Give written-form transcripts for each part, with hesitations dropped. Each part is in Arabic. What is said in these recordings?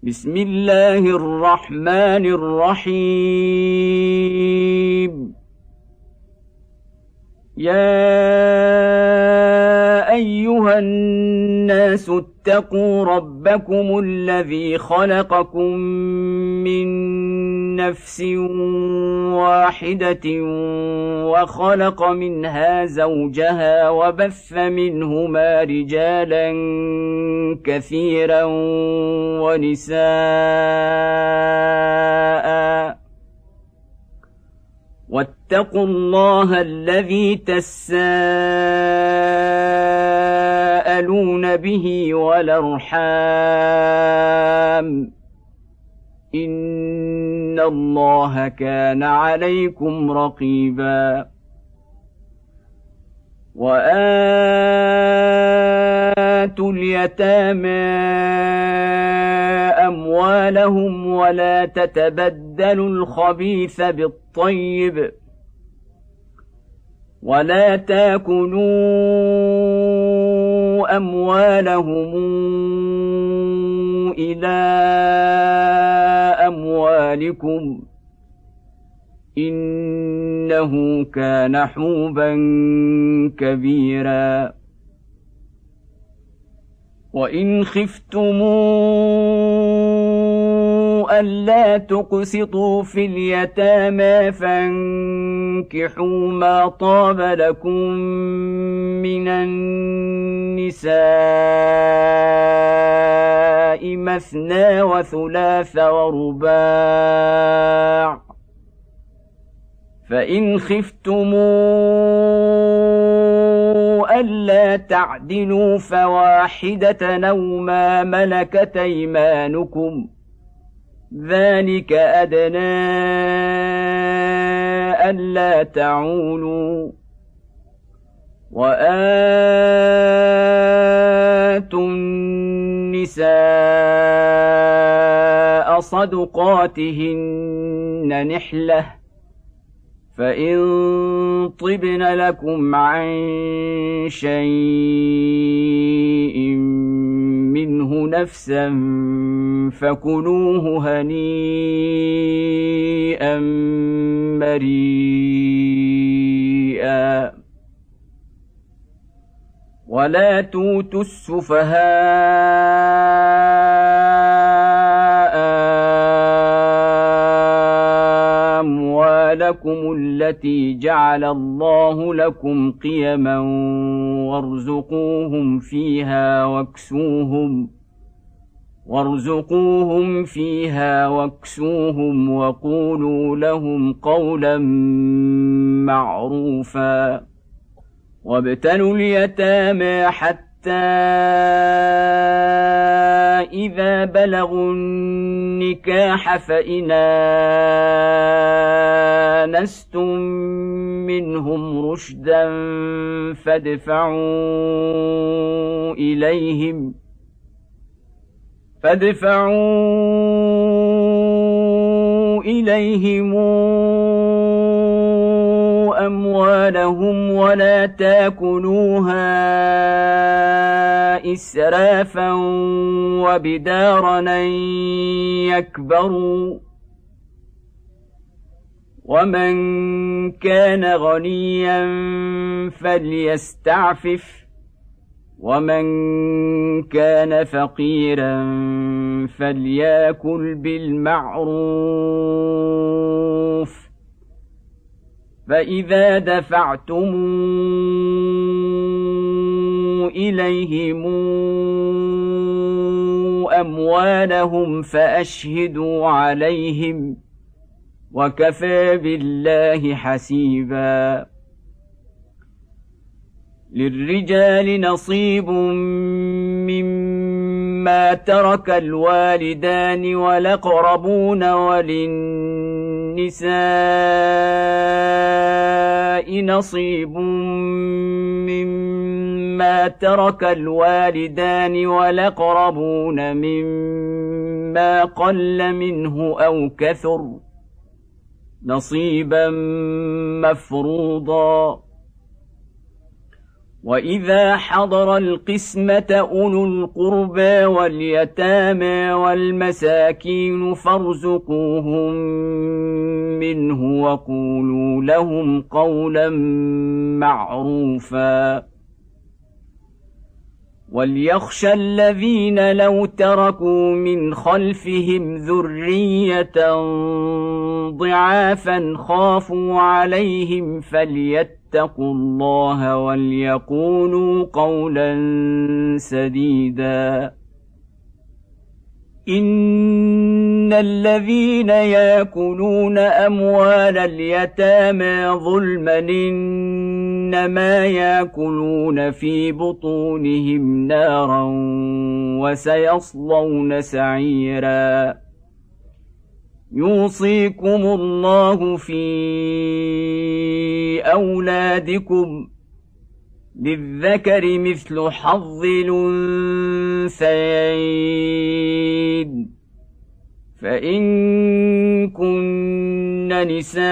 بسم الله الرحمن الرحيم. يا أيها الناس اتقوا ربكم الذي خلقكم من نفس واحدة وخلق منها زوجها وبث منهما رجالا كثيرا ونساء واتقوا الله الذي تساءلون به والأرحام إن الله كان عليكم رقيبا. وآتوا اليتامى أموالهم ولا تتبدلوا الخبيث بالطيب ولا تاكلوا أموالهم إلى أموالكم إنه كان حوبا كبيرا. وإن خفتموا ألا تقسطوا في اليتامى فانكحوا ما طاب لكم من النساء مثنى وثلاث ورباع، فإن خفتموا ألا تعدلوا فواحدة أو ما ملكت أيمانكم ذلك أدنى ألا تعولوا. وآتوا النساء صدقاتهن نحلة فإن طبن لكم عن شيء منه نفسا فكلوه هنيئا مريئا. ولا توتوا السفهاء أموالكم التي جعل الله لكم قيما وارزقوهم فيها واكسوهم وقولوا لهم قولا معروفا. وابتلوا اليتامى حتى إذا بلغوا النكاح فإن آنستم منهم رشدا فادفعوا إليهم أموالهم ولا تاكلوها إسرافا وبدارا أن يكبروا. ومن كان غنيا فليستعفف ومن كان فقيرا فليأكل بالمعروف. فإذا دفعتم إليهم أموالهم فأشهدوا عليهم وكفى بالله حسيبا. للرجال نصيب مما ترك الوالدان والأقربون وللنساء نصيب مما ترك الوالدان والأقربون مما قل منه أو كثر نصيبا مفروضا. وإذا حضر القسمة أولو القربى واليتامى والمساكين فارزقوهم منه وقولوا لهم قولا معروفا وليخشى الذين لو تركوا من خلفهم ذرية ضعافا خافوا عليهم فليتقوا الله وليقولوا قولا سديدا إن الذين يأكلون أموال اليتامى ظلما إنما يأكلون في بطونهم نارا وسيصلون سعيرا يوصيكم الله في أولادكم للذكر مثل حظ الأنثيين فإن كن نساء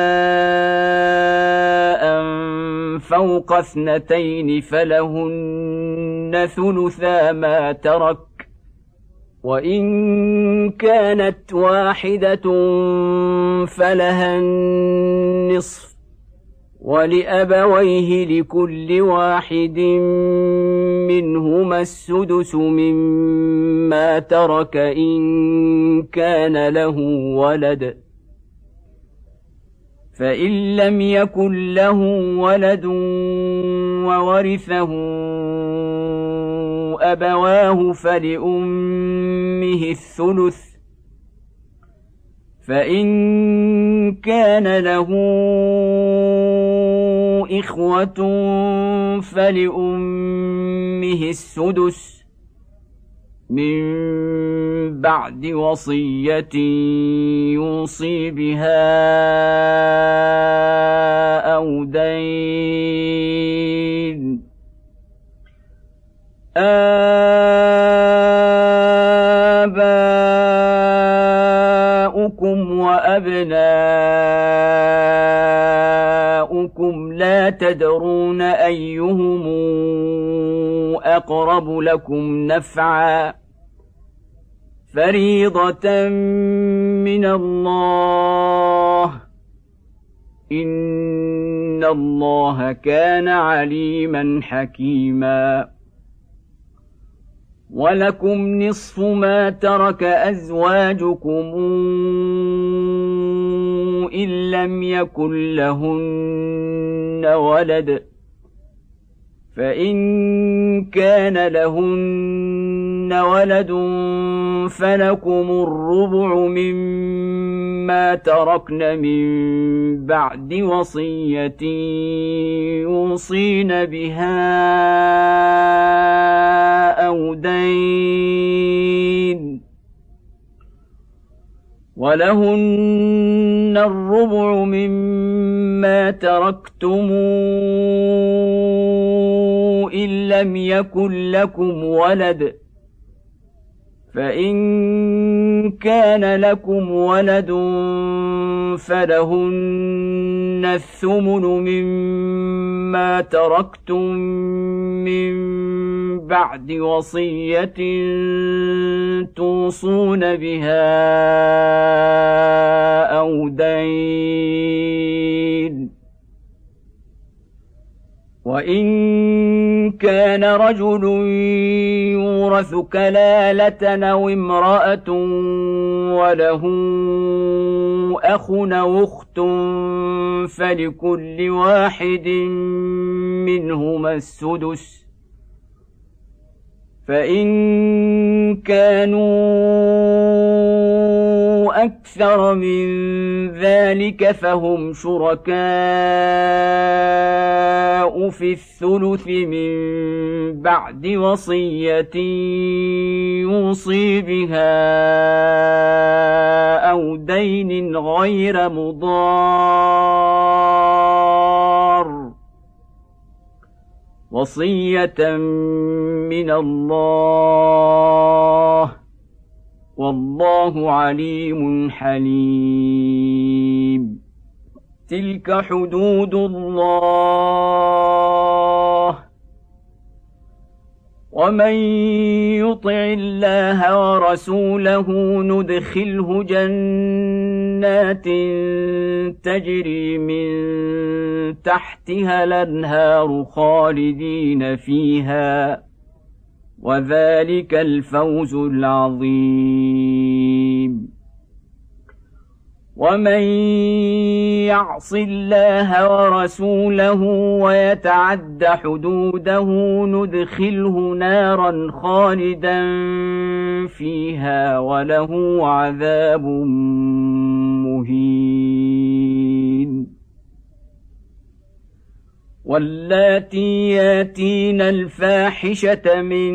فوق 2 فلهن ثلثا ما ترك وإن كانت واحدة فلها النصف ولأبويه لكل واحد منهما السدس مما ترك إن كان له ولد فإن لم يكن له ولد وورثه أبواه فلأمه الثلث فإن كان له إخوة فلأمه السدس من بعد وصية يوصي بها أو دين آباؤكم وأبناؤكم لا تدرون أيهم أقرب لكم نفعا فريضة من الله إن الله كان عليما حكيما ولكم نصف ما ترك أزواجكم إن لم يكن لهن ولد فإن كان لهن ولد فلكم الربع مما تركن من بعد وصية يوصين بها أو دين ولهن الربع مما تركتم إن لم يكن لكم ولد فإن كان لكم ولد فلهن الثمن مما تركتم من بعد وصية توصون بها أو دين وإن كان رجل يورث كلالة أو امرأة وله أخ أو أخت فلكل واحد منهما السدس فإن كانوا أكثر من ذلك فهم شركاء في الثلث من بعد وصية يوصي بها أو دين غير مضار وصية من الله والله عليم حليم تلك حدود الله ومن يطع الله ورسوله ندخله جنات تجري من تحتها الأنهار خالدين فيها، وذلك الفوز العظيم. ومن يعص الله ورسوله ويتعد حدوده ندخله نارا خالدا فيها وله عذاب مهين. واللاتي ياتين الفاحشة من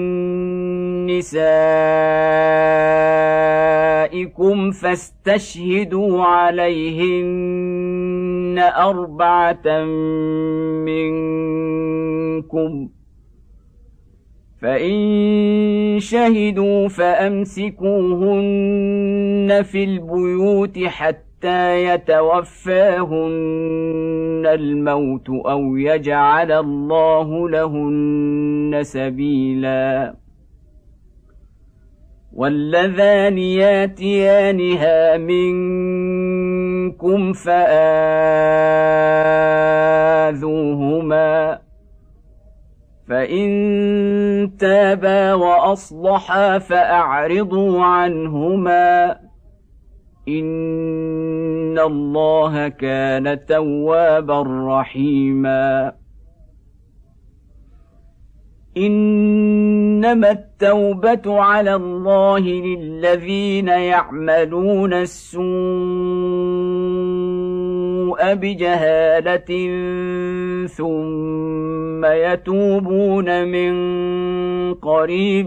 نسائكم فاستشهدوا عليهن 4 منكم، فإن شهدوا فأمسكوهن في البيوت حتى يتوفاهن الموت أو يجعل الله لهن سبيلا. واللذان ياتيانها منكم فآذوهما، فإن تابا وأصلحا فأعرضوا عنهما، إن الله كان توابا رحيما. إنما التوبة على الله للذين يعملون السوء بجهالة ثم يتوبون من قريب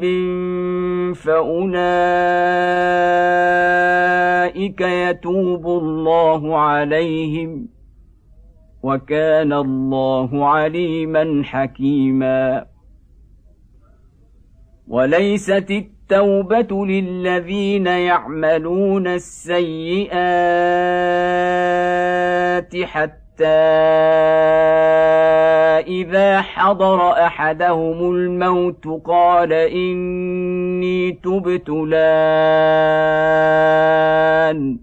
فأولئك يتوب الله عليهم، وكان الله عليما حكيما. وليست التوبة للذين يعملون السيئات حتى إذا حضر أحدهم الموت قال إني تبت الآن،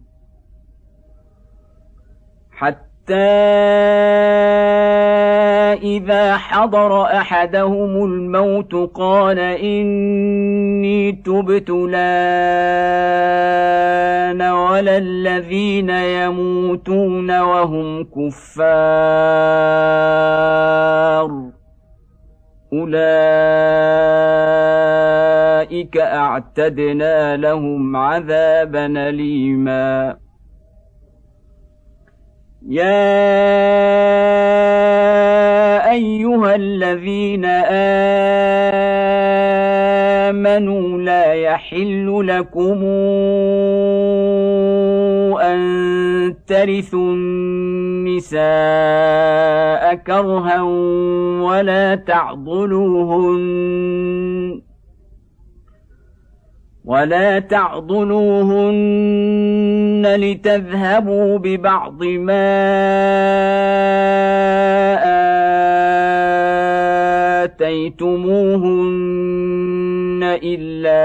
إذا حضر أحدهم الموت قال إني تبت الآن ولا الذين يموتون وهم كفار، أولئك أعتدنا لهم عذابا أليما. يا أيها الذين آمنوا لا يحل لكم أن ترثوا النساء كرها ولا تعضلوهن لتذهبوا ببعض ما آتيتموهن إلا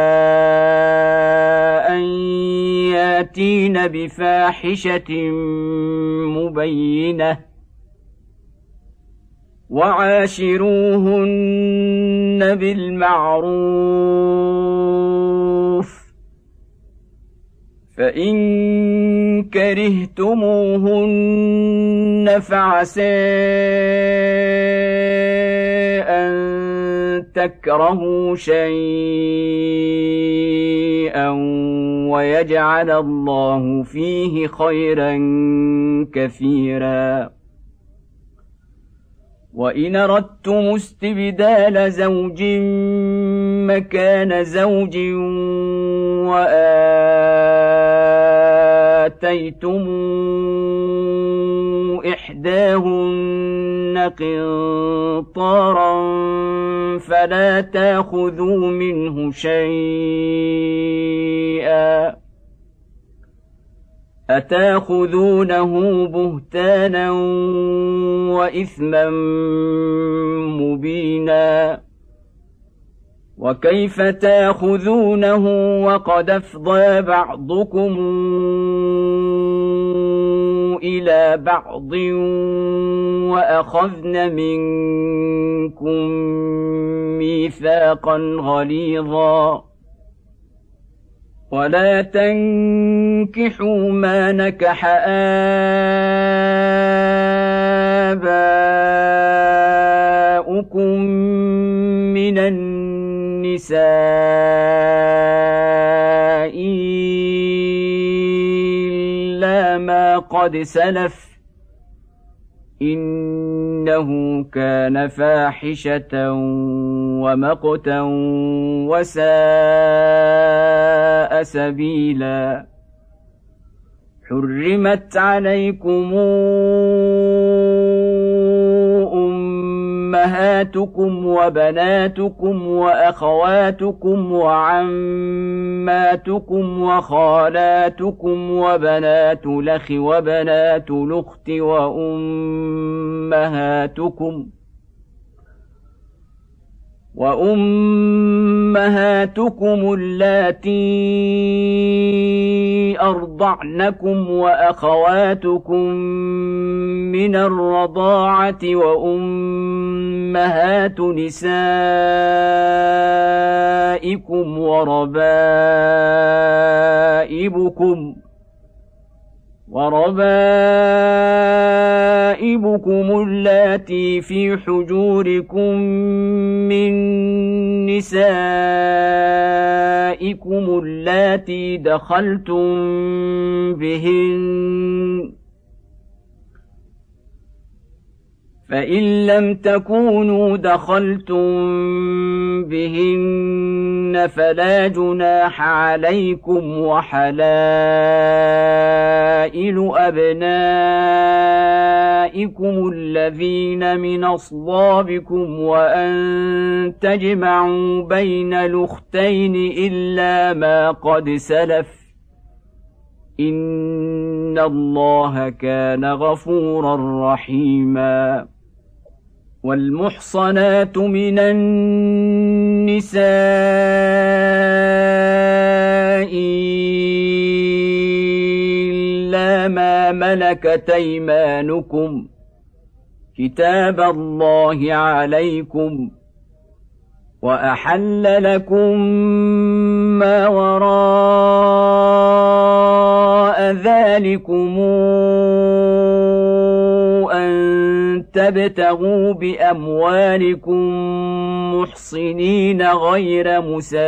أن ياتين بفاحشة مبينة، وعاشروهن بالمعروف، فإن كرهتموهن فعسى أن تكرهوا شيئا ويجعل الله فيه خيرا كثيرا. وإن أردتم استبدال زوج مكان زوج وآتيتم إحداهن قنطارا فلا تأخذوا منه شيئا، أتأخذونه بهتانا وإثما مبينا. وكيف تاخذونه وقد أفضى بعضكم إلى بعض وأخذن منكم ميثاقا غليظا ولا تنكحوا ما نكح آباؤكم من النساء إلا ما قد سلف إنه كان فاحشة ومقتا وساء سبيلا حرمت عليكم أمهاتكم وبناتكم وأخواتكم وعماتكم وخالاتكم وبنات الأخ وبنات الأخت وأمهاتكم اللاتي أرضعنكم وأخواتكم من الرضاعة وأمهات نسائكم وربائبكم اللاتي في حجوركم من نسائكم اللاتي دخلتم بهن فإن لم تكونوا دخلتم بهن فلا جناح عليكم وحلائل أبنائكم الذين من أصلابكم وأن تجمعوا بين الأختين إلا ما قد سلف إن الله كان غفورا رحيما والمحصنات من النساء إلا ما ملكت أيمانكم كتاب الله عليكم وأحل لكم ما وراء ذلكم أن تبتغوا بأموالكم محصنين غير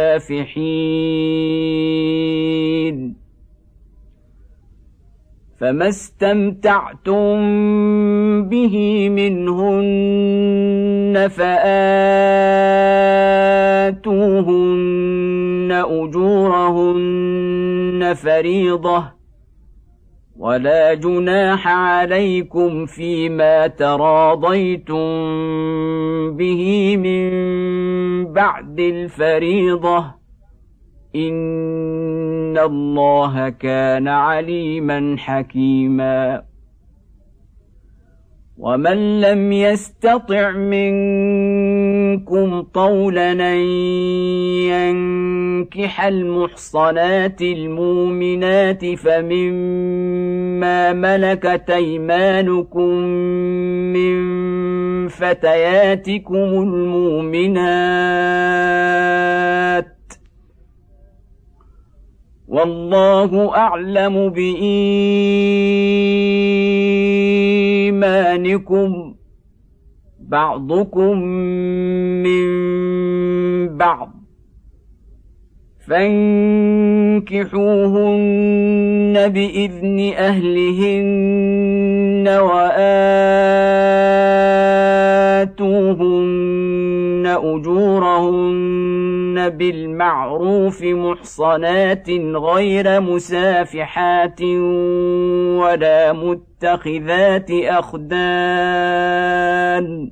مسافحين فما استمتعتم به منهن فآتوهن أجورهن فريضة ولا جناح عليكم فيما تراضيتم به من بعد الفريضة إن الله كان عليما حكيما ومن لم يستطع منكم طولا أن ينكح المحصنات المؤمنات فمما ملكت أيمانكم من فتياتكم المؤمنات والله أعلم بإيمانكم بعضكم من بعض فانكحوهن بإذن أهلهن وآتوهن أجورهن بالمعروف محصنات غير مسافحات ولا متخذات أخدان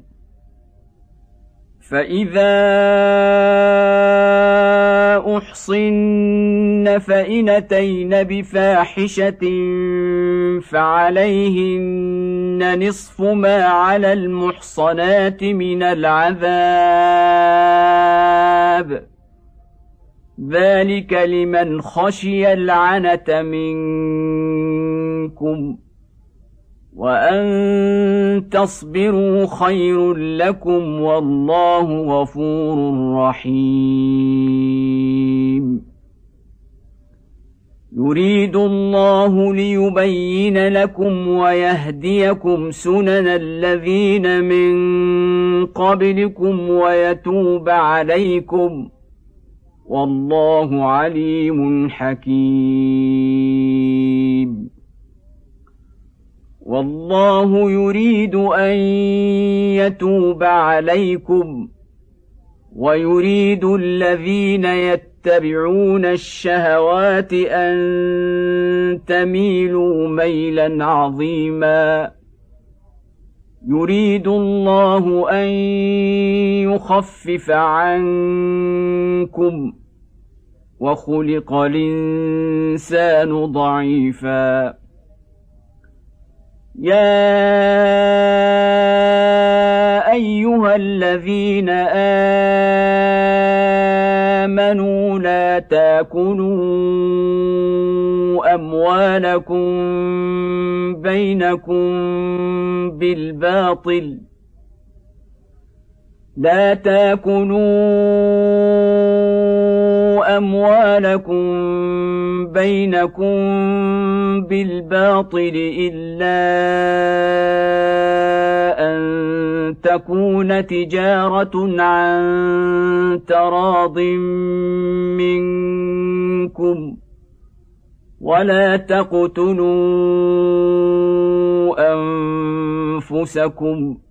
فإذا أحصن فإن أتين بفاحشة فعليهن نصف ما على المحصنات من العذاب ذلك لمن خشي العنة منكم وأن تصبروا خير لكم والله غفور رحيم يريد الله ليبين لكم ويهديكم سنن الذين من قبلكم ويتوب عليكم والله عليم حكيم والله يريد أن يتوب عليكم ويريد الذين يتبعون الشهوات أن تميلوا ميلا عظيما يريد الله أن يخفف عنكم وخلق الإنسان ضعيفا يا أيها الذين آمنوا لا تأكلوا أموالكم بينكم بالباطل لا تأكلوا أموالكم بينكم بالباطل إلا أن تكون تجارة عن تراض منكم ولا تقتلوا أنفسكم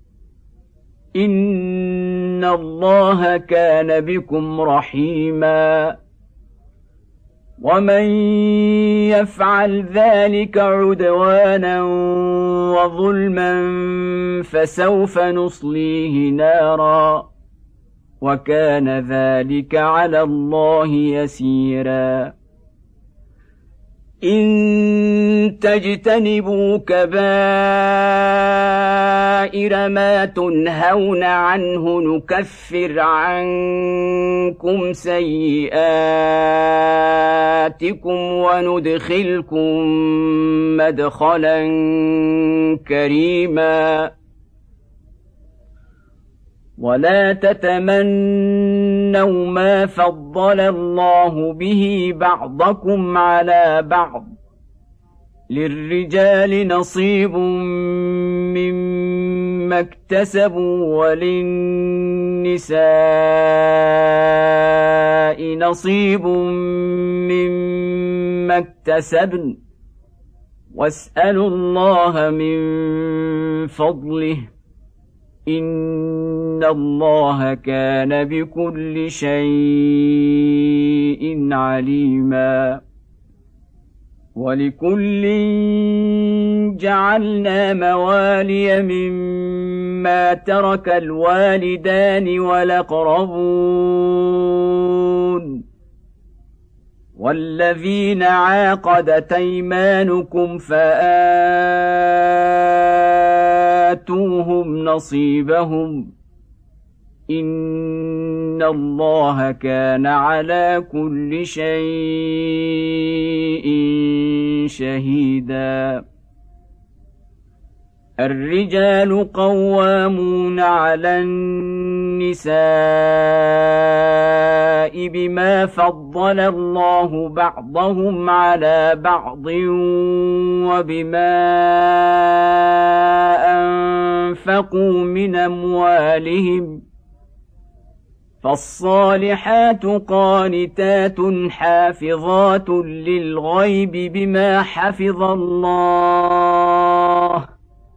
إن الله كان بكم رحيما ومن يفعل ذلك عدوانا وظلما فسوف نصليه نارا وكان ذلك على الله يسيرا إن تجتنبوا كبائر ما تنهون عنه نكفر عنكم سيئاتكم وندخلكم مدخلا كريما ولا تتمنوا ما فضل الله به بعضكم على بعض للرجال نصيب مما اكتسبوا وللنساء نصيب مما اكتسبن واسألوا الله من فضله إن الله كان بكل شيء عليما ولكل جعلنا موالي مما ترك الوالدان والأقربون والذين عاقدت أيمانكم فآتوهم نصيبهم إن الله كان على كل شيء شهيدا الرجال قوامون على النساء بما فضل الله بعضهم على بعض وبما أنفقوا من أموالهم فالصالحات قانتات حافظات للغيب بما حفظ الله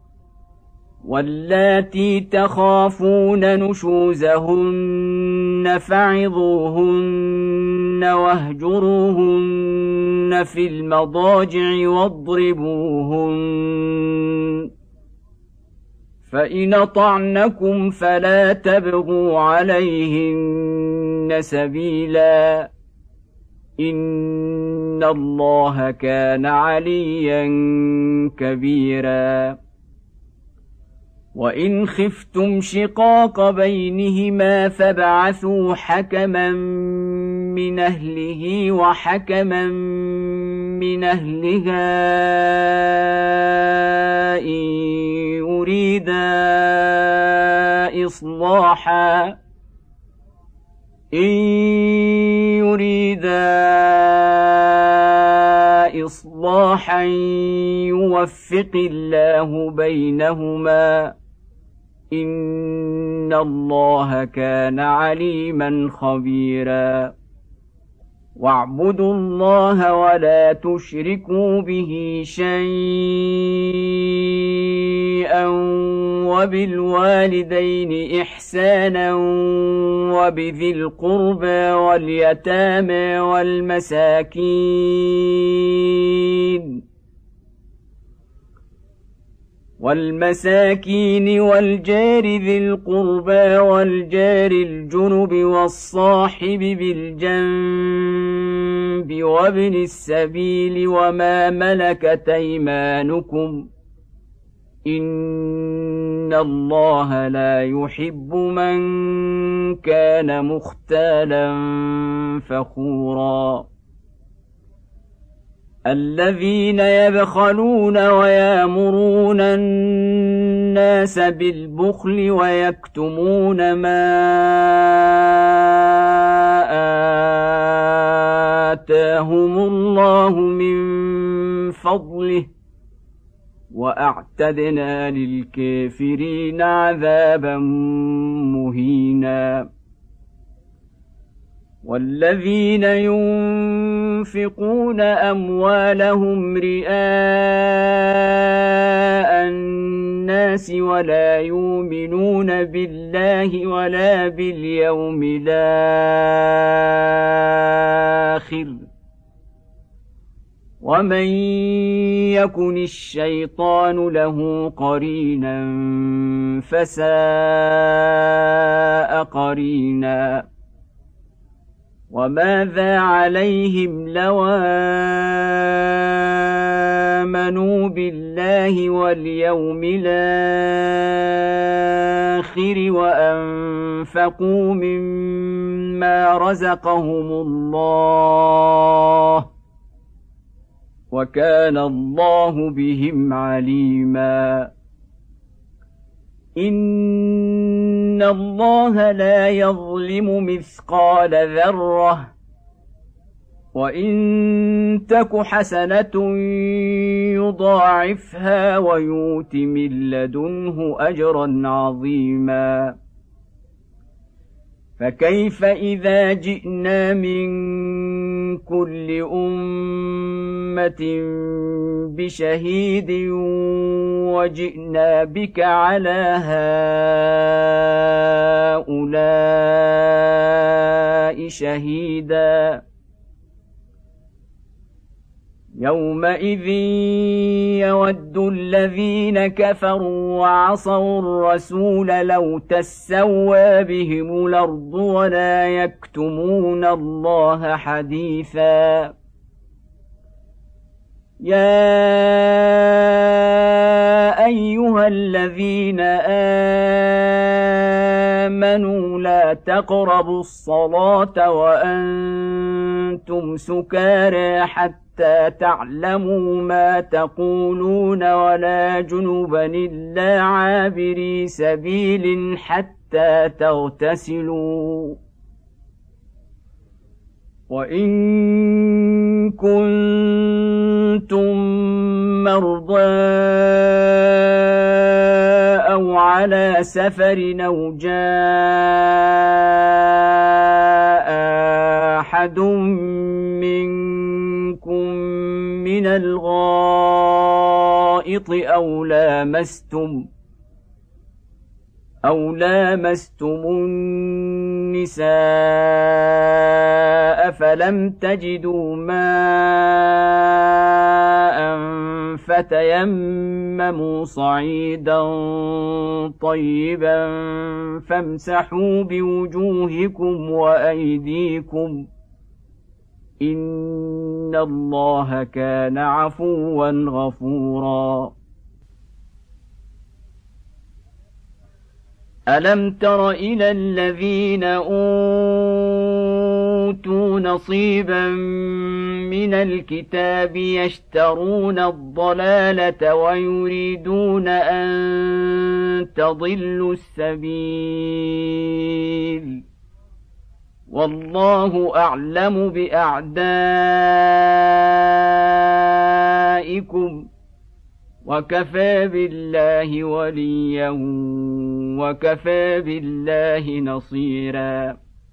واللاتي تخافون نشوزهن فعظوهن واهجروهن في المضاجع واضربوهن فإن أطعنكم فلا تبغوا عليهن سبيلا إن الله كان عليا كبيرا وإن خفتم شقاق بينهما فابعثوا حكما من أهله وحكما من أهلها إن يريدا إصلاحا يوفق الله بينهما إن الله كان عليما خبيرا واعبدوا الله ولا تشركوا به شيئا وبالوالدين إحسانا وبذي القربى واليتامى والمساكين والجار ذي القربى والجار الجنب والصاحب بالجنب وابن السبيل وما ملكت أيمانكم إن الله لا يحب من كان مختالا فخورا الذين يبخلون ويأمرون الناس بالبخل ويكتمون ما آتاهم الله من فضله وأعتدنا للكافرين عذابا مهينا والذين ينفقون أموالهم رئاء الناس ولا يؤمنون بالله ولا باليوم الآخر ومن يكن الشيطان له قرينا فساء قرينا وماذا عليهم لو آمنوا بالله واليوم الآخر وأنفقوا مما رزقهم الله وكان الله بهم عليما إن الله لا يظلم مثقال ذرة وإن تك حسنة يضاعفها ويؤت من لدنه أجرا عظيما فكيف إذا جئنا من كل أمة بشهيد وجئنا بك على هؤلاء شهيدا يومئذ يود الذين كفروا وعصوا الرسول لو تسوى بهم الأرض ولا يكتمون الله حديثا يا أيها الذين آمنوا لا تقربوا الصلاة وأنتم سكارى حتى تعلموا ما تقولون ولا جنبا إلا عابري سبيل حتى تغتسلوا وإن كنتم مرضى أو على سفر أو جاء أحد منكم من الغائط أو لامستم النساء فلم تجدوا ماء فتيمموا صعيدا طيبا فامسحوا بوجوهكم وأيديكم إن الله كان عفوا غفورا ألم تر إلى الذين أوتوا نصيبا من الكتاب يشترون الضلالة ويريدون أن تضلوا السبيل والله أعلم بأعدائكم وكفى بالله وليا وكفى بالله نصيرا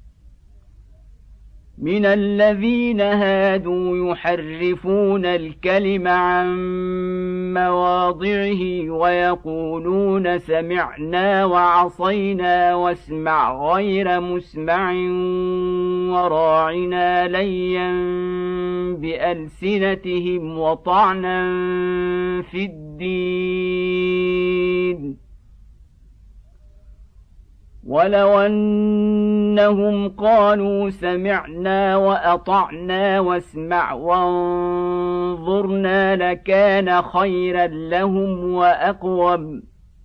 من الذين هادوا يحرفون الكلم عن مواضعه ويقولون سمعنا وعصينا واسمع غير مسمع وراعنا ليا بألسنتهم وطعنا في الدين ولو أنهم قالوا سمعنا وأطعنا واسمع وانظرنا لكان خيرا لهم وأقوم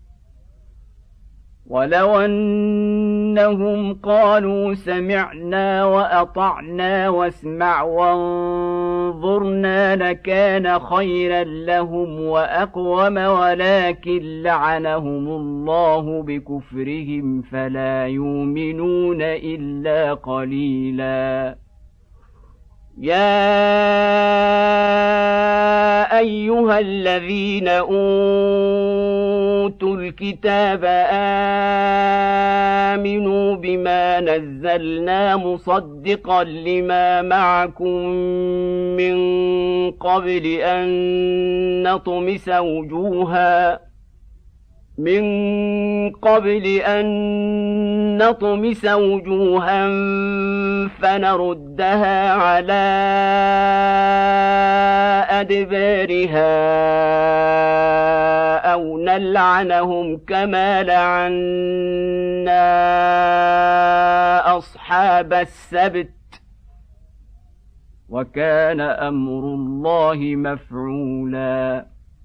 ولو أنهم قالوا سمعنا وأطعنا واسمع وانظرنا لكان خيرا لهم وأقوم ولكن لعنهم الله بكفرهم فلا يؤمنون إلا قليلا يا أيها الذين أوتوا الكتاب آمنوا بما نزلنا مصدقا لما معكم من قبل أن نطمس وجوها فنردها على أدبارها أو نلعنهم كما لعنا أصحاب السبت وكان أمر الله مفعولا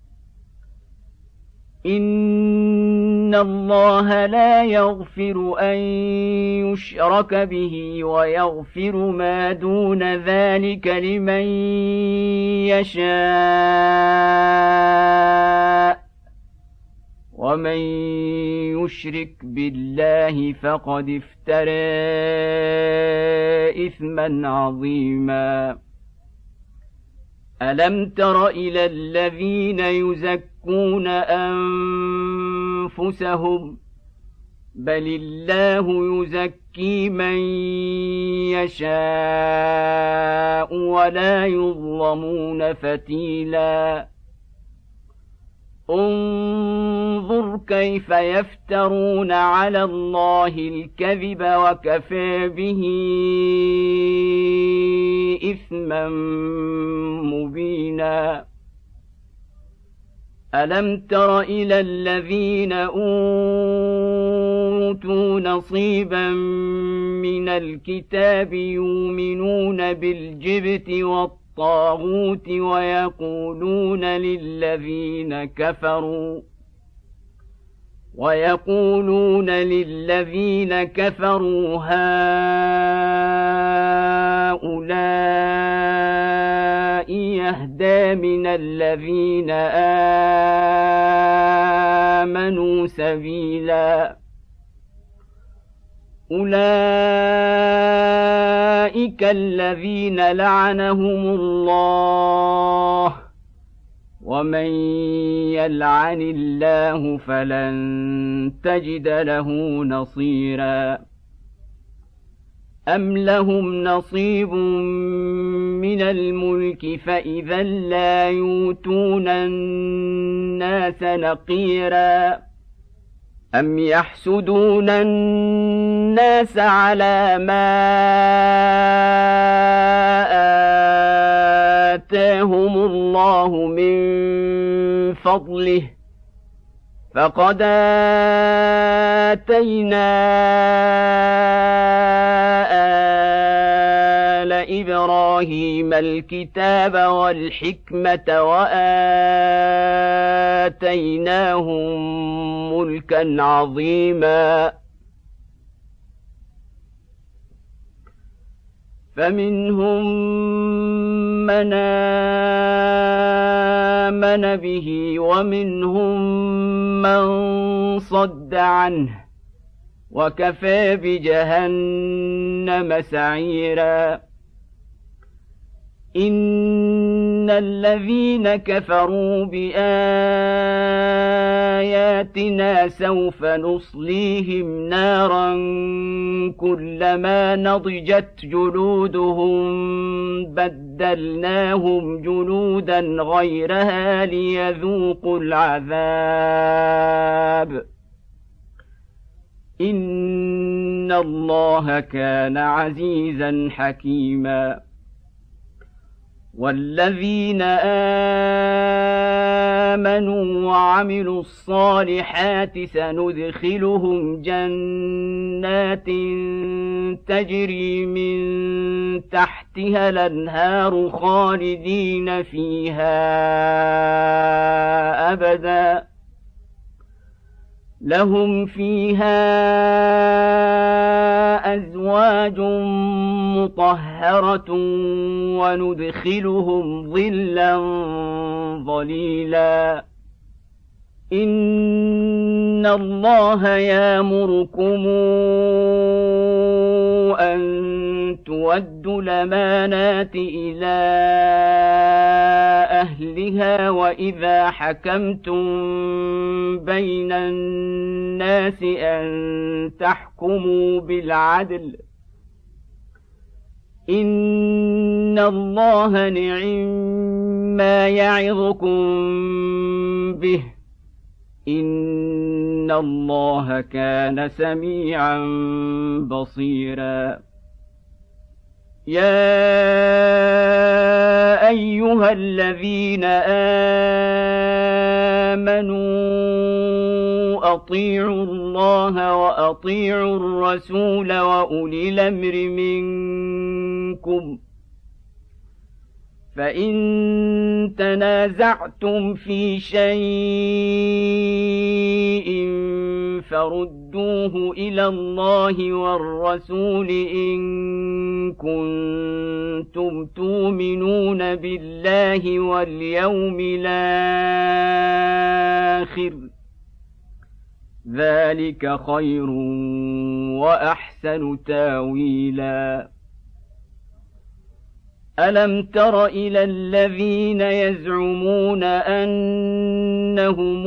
إن الله لا يغفر أن يشرك به ويغفر ما دون ذلك لمن يشاء ومن يشرك بالله فقد افترى إثما عظيما ألم تر إلى الذين يزكون أنفسهم بل الله يزكي من يشاء ولا يظلمون فتيلا انظر كيف يفترون على الله الكذب وكفى به إثما مبينا ألم تر إلى الذين أوتوا نصيبا من الكتاب يؤمنون بالجبت والطاغوت ويقولون للذين كفروا هؤلاء يهدى من الذين آمنوا سبيلا أولئك الذين لعنهم الله ومن يلعن الله فلن تجد له نصيرا أم لهم نصيب من الملك فإذا لا يؤتون الناس نقيرا أم يحسدون الناس على ما آتاهم الله من فضله فقد آتينا آل إبراهيم الكتاب والحكمة وآتيناهم ملكا عظيما فمنهم من آمن به ومنهم من صد عنه وكفى بجهنم سعيرا إن الذين كفروا بآياتنا سوف نصليهم نارا كلما نضجت جلودهم بدلناهم جلودا غيرها ليذوقوا العذاب إن الله كان عزيزا حكيما والذين آمنوا وعملوا الصالحات سندخلهم جنات تجري من تحتها الأنهار خالدين فيها أبدا لهم فيها أزواج مطهرة وندخلهم ظلا ظليلا إن الله يأمركم أن تؤدوا الأمانات إلى أهلها وإذا حكمتم بين الناس أن تحكموا بالعدل إن الله نعم يعظكم به إن الله كان سميعا بصيرا يا أيها الذين آمنوا أطيعوا الله وأطيعوا الرسول وأولي الأمر منكم فإن تنازعتم في شيء فردوه إلى الله والرسول إن كنتم تؤمنون بالله واليوم الآخر ذلك خير وأحسن تاويلا ألم تر إلى الذين يزعمون أنهم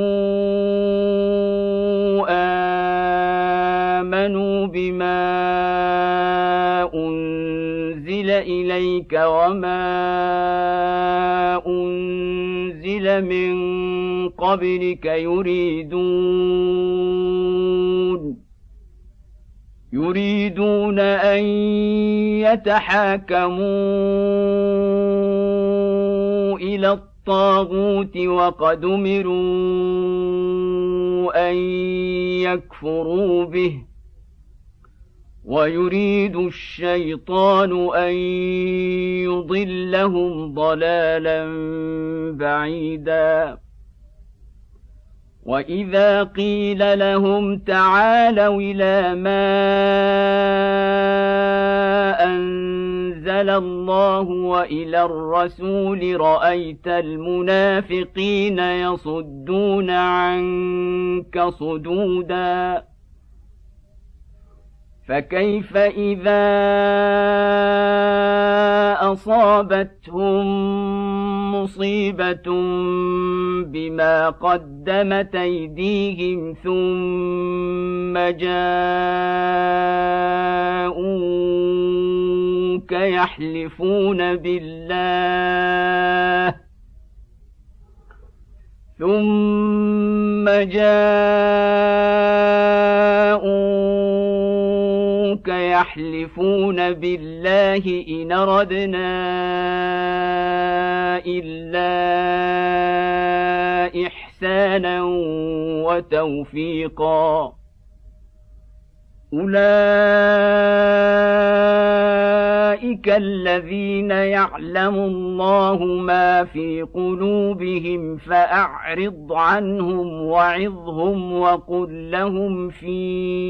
آمنوا بما أنزل إليك وما أنزل من قبلك يريدون أن يتحاكموا إلى الطاغوت وقد أمروا أن يكفروا به ويريد الشيطان أن يضلهم ضلالا بعيدا وإذا قيل لهم تعالوا إلى ما أنزل الله وإلى الرسول رأيت المنافقين يصدون عنك صدودا فكيف إذا أصابتهم مصيبة بما قدمت أيديهم ثم جاءوك يحلفون بالله إن أردنا إلا إحسانا وتوفيقا أولئك أولئك الذين يعلم الله ما في قلوبهم فأعرض عنهم وعظهم وقل لهم في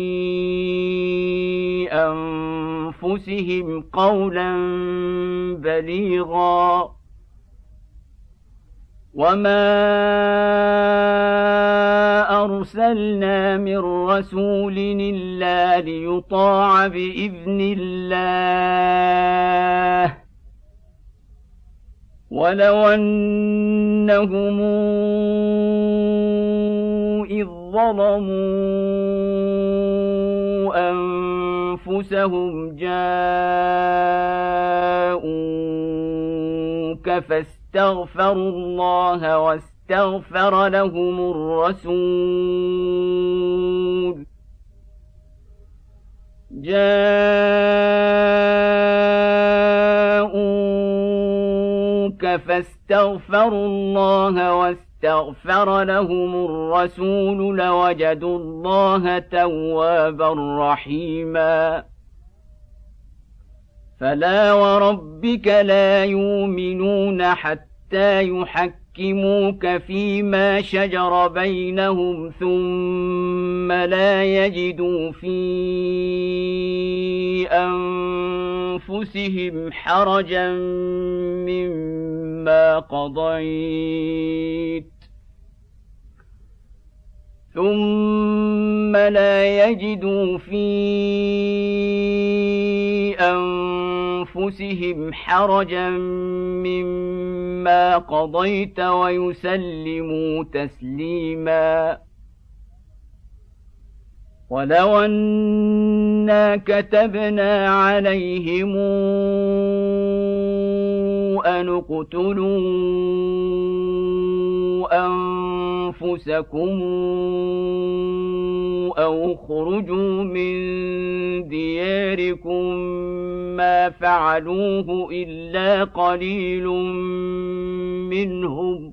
أنفسهم قولا بليغا وما أرسلنا من رسول إلا ليطاع بإذن الله ولو أنهم إذ ظلموا أنفسهم جاءوك فاستغفروا الله واستغفر لهم الرسول فاستغفروا الله واستغفر لهم الرسول لوجدوا الله توابا رحيما فلا وربك لا يؤمنون حتى يحكموك فيما شجر بينهم ثم لا يجدوا في أنفسهم حرجا مما قضيت ثم لا يجدوا في أنفسهم حرجا مما قضيت ويسلموا تسليما ولو أنا كتبنا عليهم أن اقتلوا أنفسكم أو اخرجوا من دياركم ما فعلوه إلا قليل منهم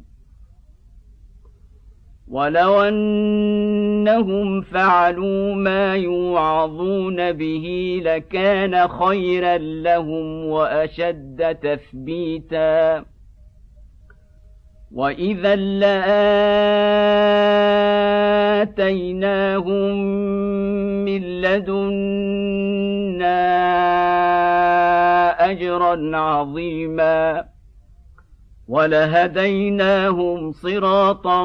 ولو أنهم فعلوا ما يوعظون به لكان خيرا لهم وأشد تثبيتا وإذا لآتيناهم من لدنا أجرا عظيما ولهديناهم صراطا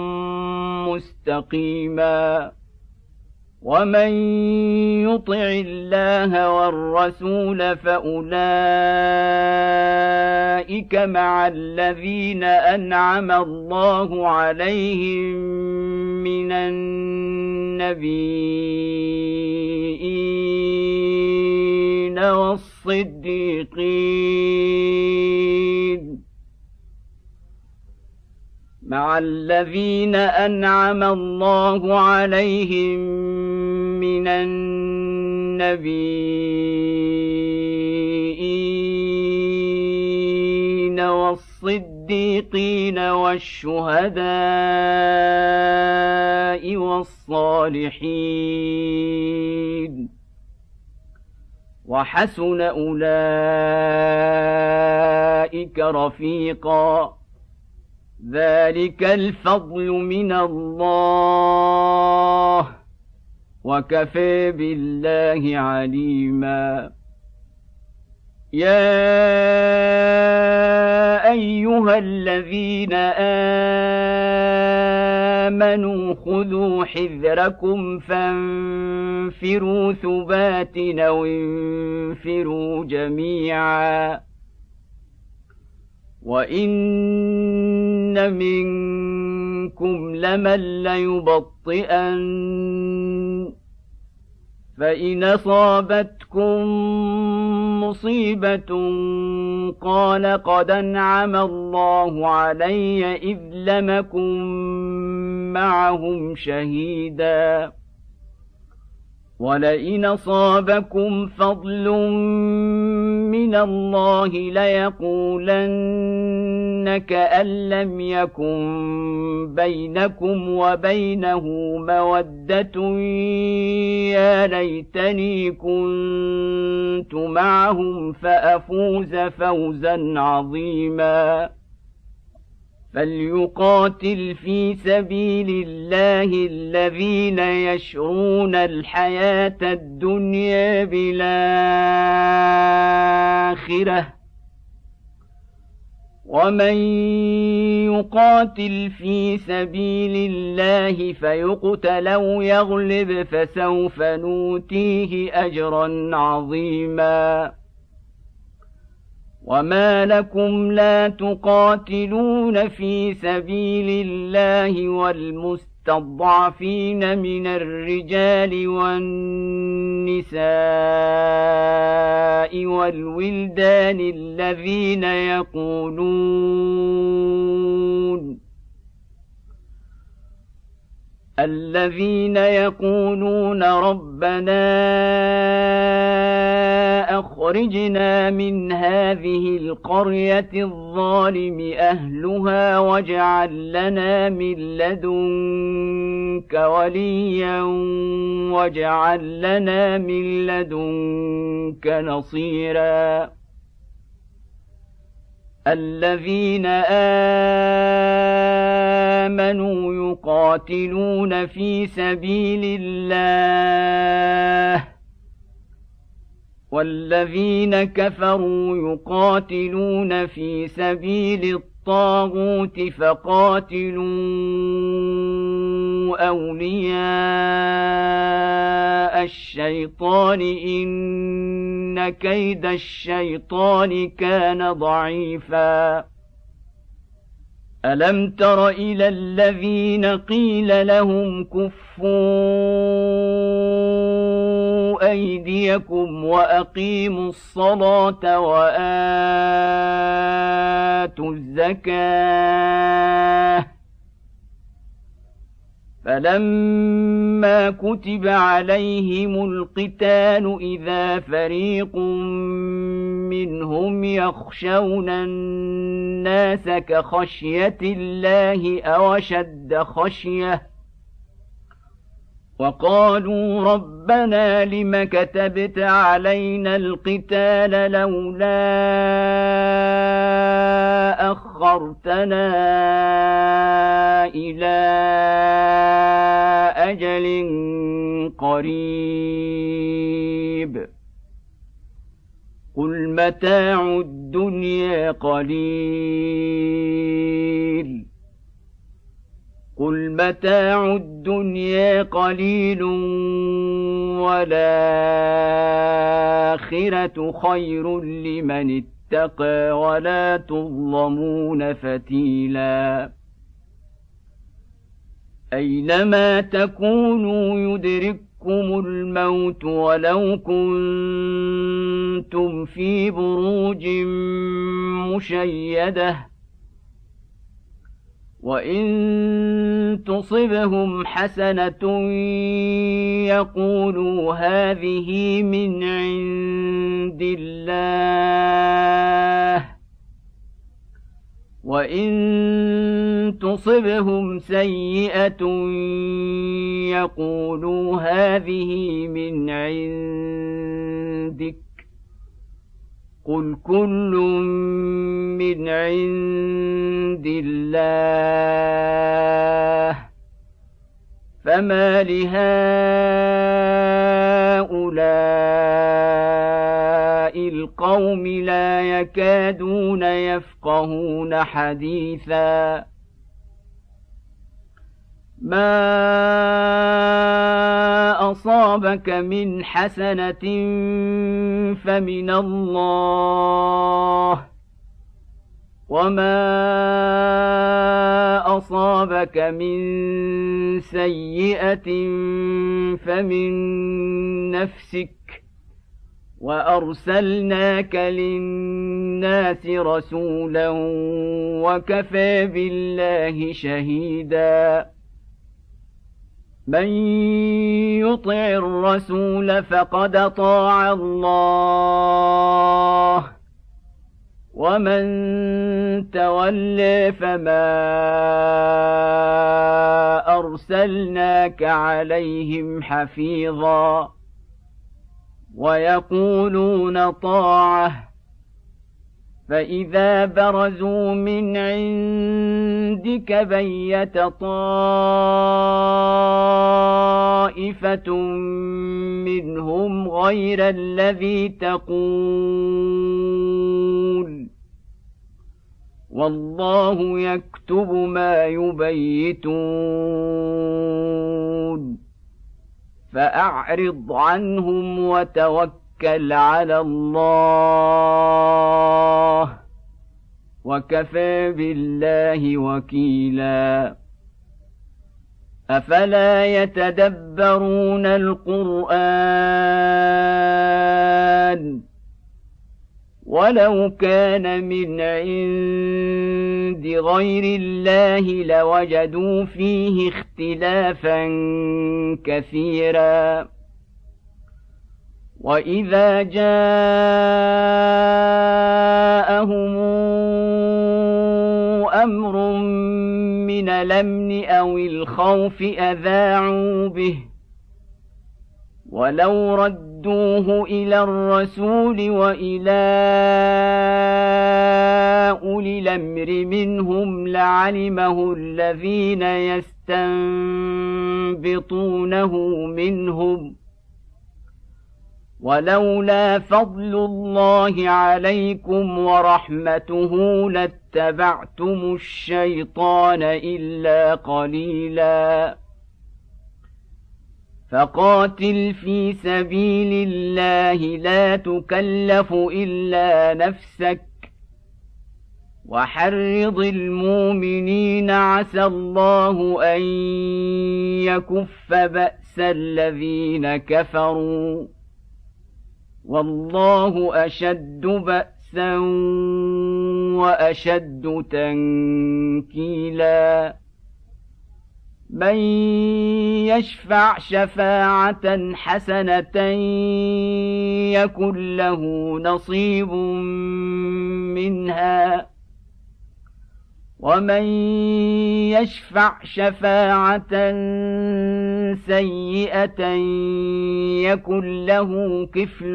مستقيما ومن يطع الله والرسول فأولئك مع الذين أنعم الله عليهم من النبيين والصديقين مع الذين أنعم الله عليهم من النبيين والصديقين والشهداء والصالحين وحسن أولئك رفيقا ذلك الفضل من الله وكفى بالله عليما يا أيها الذين آمنوا خذوا حذركم فانفروا ثبات أو انفروا جميعا وإن منكم لمن ليبطئن فإن أصابتكم مصيبة قال قد أنعم الله علي إذ لم أكن معهم شهيدا ولئن أصابكم فضل من الله ليقولن كأن لم يكن بينكم وبينه مودة يا ليتني كنت معهم فأفوز فوزا عظيما فليقاتل في سبيل الله الذين يشرون الحياة الدنيا بالآخرة ومن يقاتل في سبيل الله فيقتل أو يغلب فسوف نؤتيه أجرا عظيما وما لكم لا تقاتلون في سبيل الله والمستضعفين من الرجال والنساء والولدان الذين يقولون ربنا أخرجنا من هذه القرية الظالم أهلها واجعل لنا من لدنك وليا واجعل لنا من لدنك نصيرا الذين آمنوا يقاتلون في سبيل الله والذين كفروا يقاتلون في سبيل الطاغوت فقاتلوا أولياء الشيطان إن كيد الشيطان كان ضعيفا ألم تر إلى الذين قيل لهم كفوا أيديكم وأقيموا الصلاة وآتوا الزكاة فلما كتب عليهم القتال إذا فريق منهم يخشون الناس كخشية الله أو أشد خشية وقالوا ربنا لم كتبت علينا القتال لولا أخرتنا إلى أجل قريب قل متاع الدنيا قليل والآخرة خير لمن اتقى ولا تظلمون فتيلا أينما تكونوا يدرككم الموت ولو كنتم في بروج مشيدة وإن تصبهم حسنة يقولوا هذه من عند الله وإن تصبهم سيئة يقولوا هذه من عندك قل كل من عند الله فما لهؤلاء القوم لا يكادون يفقهون حديثا ما أصابك من حسنة فمن الله وما أصابك من سيئة فمن نفسك وأرسلناك للناس رسولا وكفى بالله شهيدا من يطع الرسول فقد أطاع الله ومن تولى فما أرسلناك عليهم حفيظا ويقولون طاعة فإذا برزوا من عندك بيت طائفة منهم غير الذي تقول والله يكتب ما يبيتون فأعرض عنهم وتوكل على الله وكفى بالله وكيلا أفلا يتدبرون القرآن ولو كان من عند غير الله لوجدوا فيه اختلافا كثيرا وإذا جاءهم أمر من الأمن أو الخوف أذاعوا به ولو ردوه إلى الرسول وإلى أولي الأمر منهم لعلمه الذين يستنبطونه منهم ولولا فضل الله عليكم ورحمته لاتبعتم الشيطان إلا قليلا فقاتل في سبيل الله لا تكلف إلا نفسك وحرض المؤمنين عسى الله أن يكف بأس الذين كفروا والله أشد بأسا وأشد تنكيلا من يشفع شفاعة حسنة يكن له نصيب منها ومن يشفع شفاعة سيئة يكن له كفل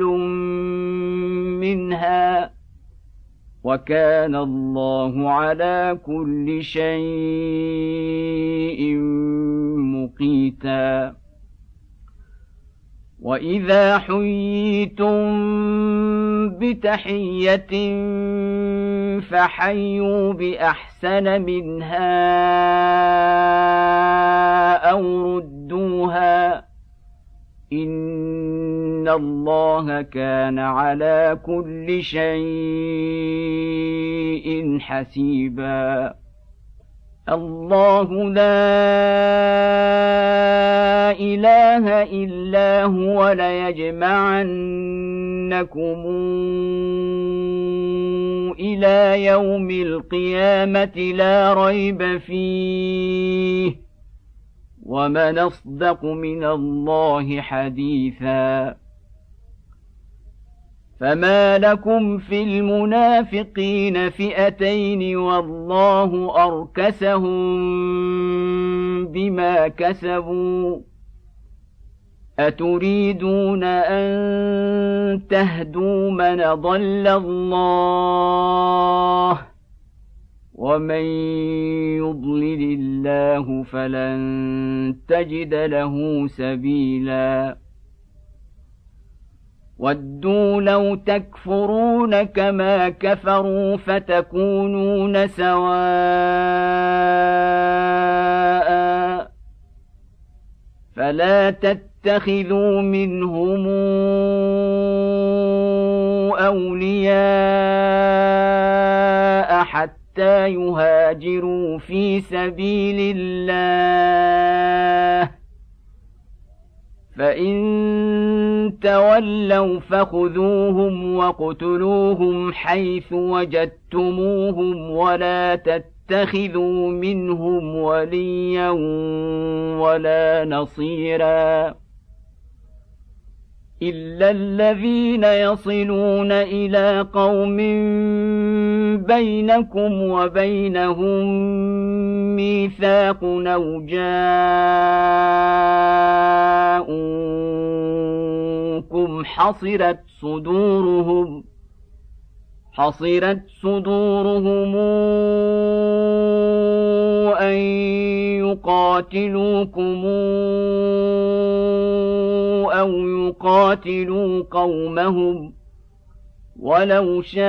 منها وكان الله على كل شيء مقيتا وإذا حييتم بتحية فحيوا بأحسن منها أو ردوها إن الله كان على كل شيء حسيبا الله لا إله إلا هو ليجمعنكم إلى يوم القيامة لا ريب فيه ومن أصدق من الله حديثا فما لكم في المنافقين فئتين والله أركسهم بما كسبوا أتريدون أن تهدوا من ضل الله ومن يضلل الله فلن تجد له سبيلا ودوا لو تكفرون كما كفروا فتكونون سواء فلا تتخذوا منهم أولياء حتى يهاجروا في سبيل الله فإن تولوا فخذوهم واقتلوهم حيث وجدتموهم ولا تتخذوا منهم وليا ولا نصيرا إلا الذين يصلون إلى قوم بينكم وبينهم ميثاق أو جاءوكم حصرت صدورهم أن يقاتلوكم أو يقاتلوا قومهم ولو شاء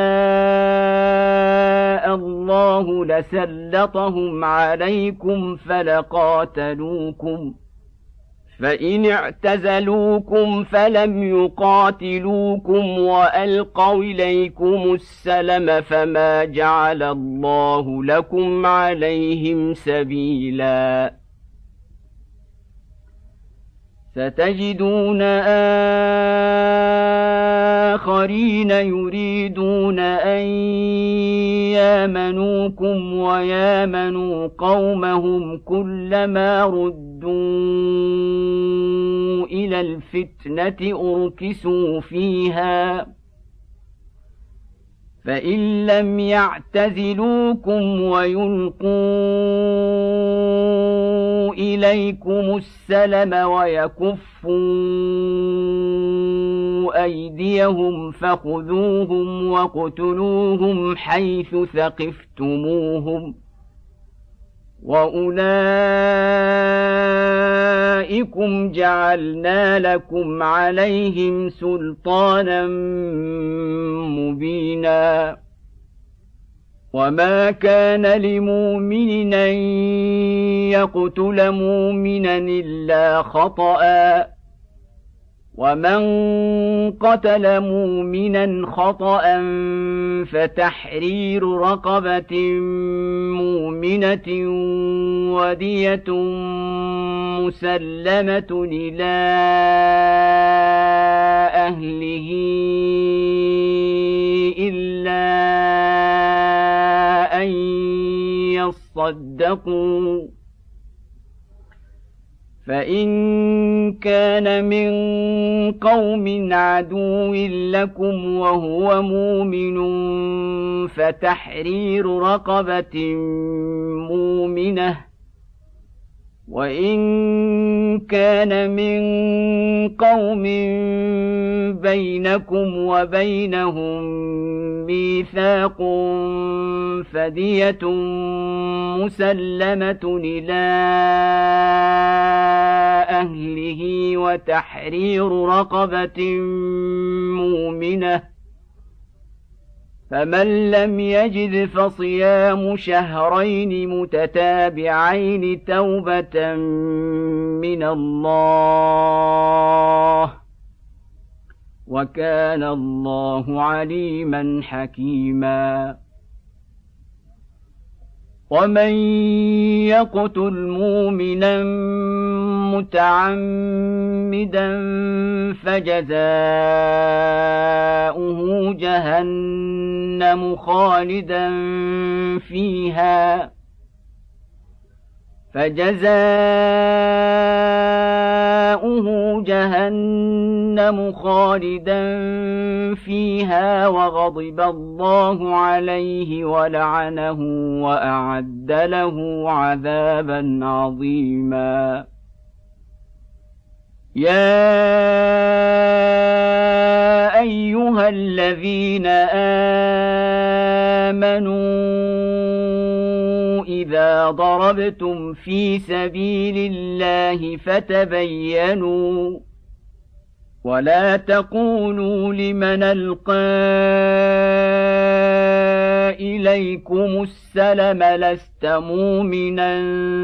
الله لسلطهم عليكم فلقاتلوكم فإن اعتزلوكم فلم يقاتلوكم وألقوا إليكم السلم فما جعل الله لكم عليهم سبيلا ستجدون آخرين يريدون أن يامنوكم ويامنوا قومهم كلما ردوا إلى الفتنة أركسوا فيها فإن لم يعتزلوكم ويلقوا إليكم السلم ويكفوا أيديهم فخذوهم واقتلوهم حيث ثقفتموهم وأولئكم جعلنا لكم عليهم سلطانا مبينا وما كان لمؤمن أن يقتل مؤمنا إلا خطأ ومن قتل مؤمنا خطأ فتحرير رقبة مؤمنة ودية مسلمة إلى أهله إلا أن يصدقوا فإن كان من قوم عدو لكم وهو مؤمن فتحرير رقبة مؤمنة وإن كان من قوم بينكم وبينهم ميثاق فدية مسلمة إلى أهله وتحرير رقبة مؤمنة فمن لم يجد فصيام شهرين متتابعين توبة من الله وكان الله عليما حكيما ومن يقتل مؤمنا متعمدا فجزاؤه جهنم خالدا فيها وغضب الله عليه ولعنه وأعد له عذابا عظيما يا أيها الذين آمنوا إذا ضربتم في سبيل الله فتبينوا ولا تقولوا لمن ألقى إليكم السلم لست مؤمنا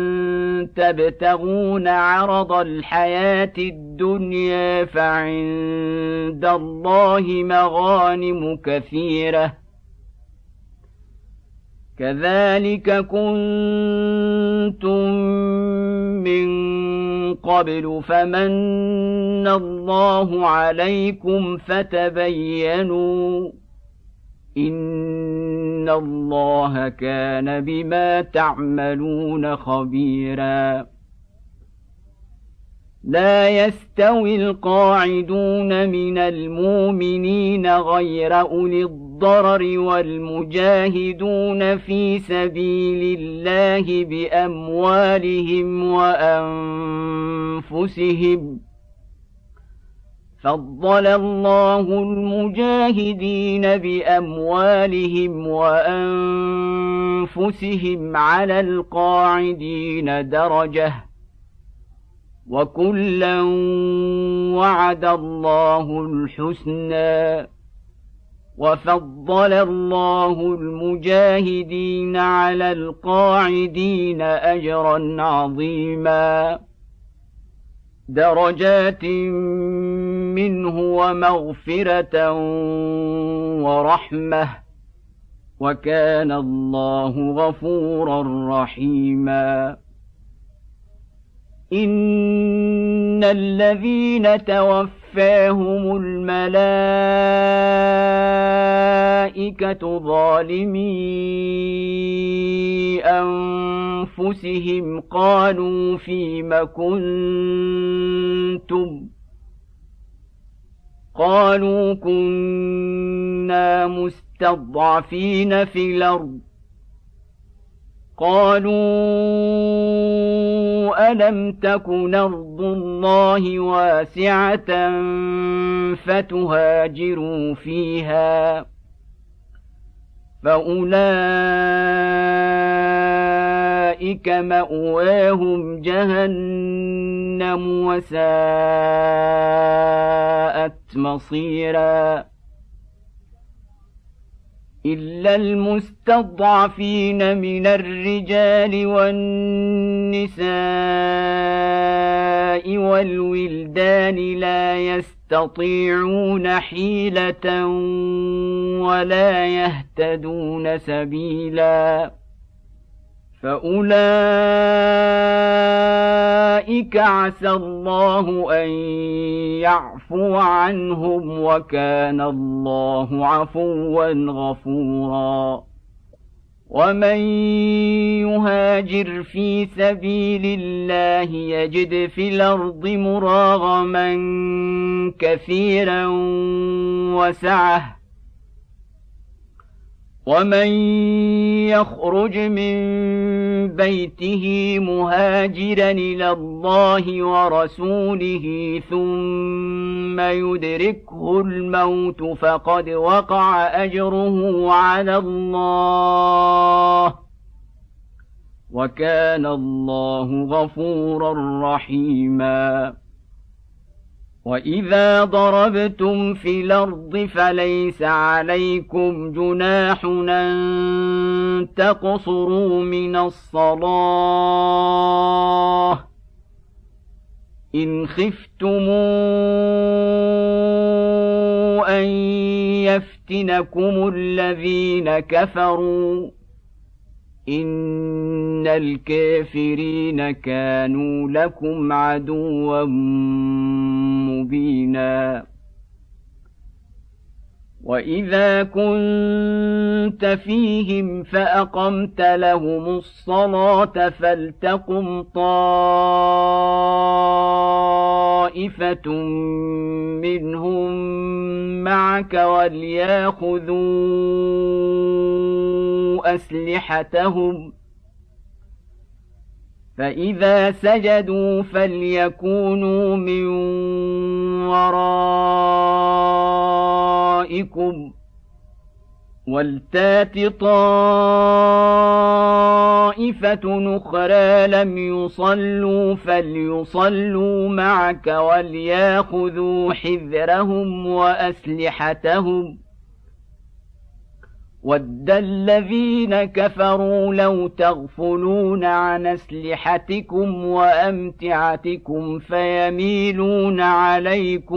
تبتغون عرض الحياة الدنيا فعند الله مغانم كثيرة كذلك كنتم من قبل فمن الله عليكم فتبينوا إن إن الله كان بما تعملون خبيرا. لا يستوي القاعدون من المؤمنين غير أولي الضرر والمجاهدون في سبيل الله بأموالهم وأنفسهم. فضل الله المجاهدين بأموالهم وأنفسهم على القاعدين درجة، وكلا وعد الله الحسنى. وفضل الله المجاهدين على القاعدين أجرا عظيما، درجات منه ومغفرة ورحمة، وكان الله غفورا رحيما. إن الذين توفاهم الملائكة ظالمي أنفسهم قالوا فيم كنتم؟ قالوا كنا مستضعفين في الأرض. قالوا ألم تكن أرض الله واسعة فتهاجروا فيها؟ فأولئك مأواهم جهنم وساءت مصيرا. إلا المستضعفين من الرجال والنساء والولدان لا يستطيعون حيلة ولا يهتدون سبيلا، فأولئك عسى الله أن يعفو عنهم، وكان الله عفوا غفورا. ومن يهاجر في سبيل الله يجد في الأرض مراغما كثيرا وسعة، ومن يخرج من بيته مهاجرا إلى الله ورسوله ثم يدركه الموت فقد وقع أجره على الله، وكان الله غفورا رحيما. وإذا ضربتم في الأرض فليس عليكم جناح أن تقصروا من الصلاة إن خفتم أن يفتنكم الذين كفروا، إن الكافرين كانوا لكم عدوا مبينا. وإذا كنت فيهم فأقمت لهم الصلاة فلتقم طائفة منهم معك وليأخذوا أسلحتهم، فإذا سجدوا فليكونوا من ورائكم، ولتات طائفة أخرى لم يصلوا فليصلوا معك وليأخذوا حذرهم وأسلحتهم. ود الذين كفروا لو تغفلون عن أسلحتكم وأمتعتكم فيميلون عليكم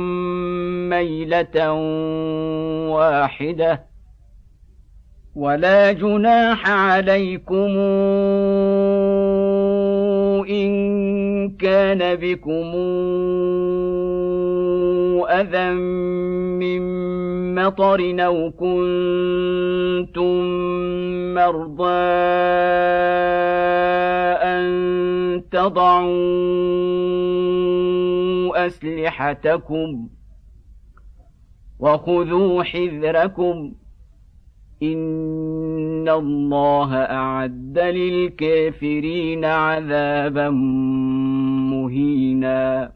ميلة واحدة، ولا جناح عليكم إن كان بكم أذى من مطر أو كنتم مرضى أن تضعوا أسلحتكم وخذوا حذركم إن الله أعد للكافرين عذابا مهينا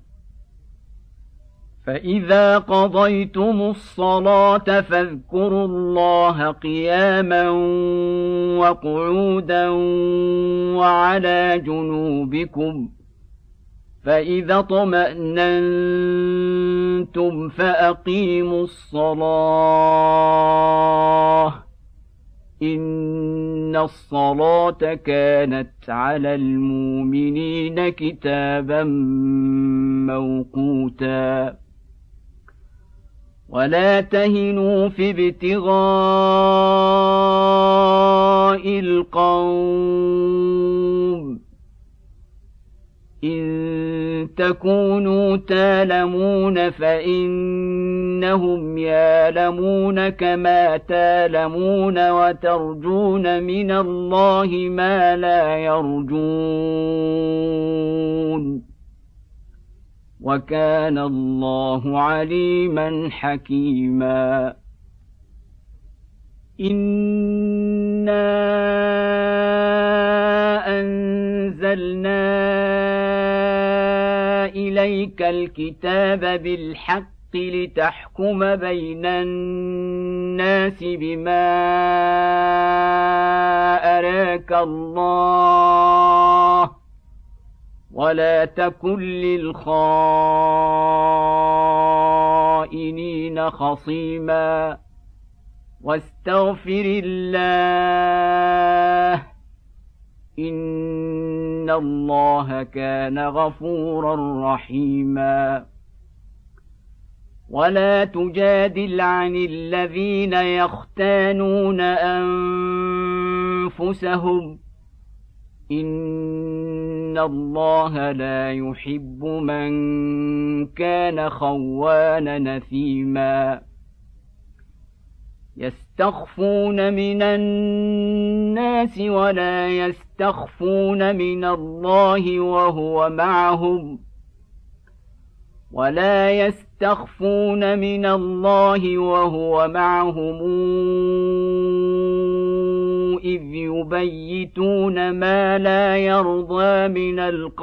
فإذا قضيتم الصلاة فاذكروا الله قياما وقعودا وعلى جنوبكم فإذا اطمأننتم فأقيموا الصلاة إن الصلاة كانت على المؤمنين كتابا موقوتا ولا تهنوا في ابتغاء القوم إن تكونوا تالمون فإنهم يالمون كما تالمون وترجون من الله ما لا يرجون وكان الله عليما حكيما إنا أنزلنا إليك الكتاب بالحق لتحكم بين الناس بما أراك الله ولا تكن للخائنين خصيما واستغفر الله إن الله كان غفورا رحيما ولا تجادل عن الذين يختانون أنفسهم إن الله لا يحب من كان خوانا نثيما يستخفون من الناس ولا يستخفون من الله وهو معهم إذ يبيتون ما لا يرضى من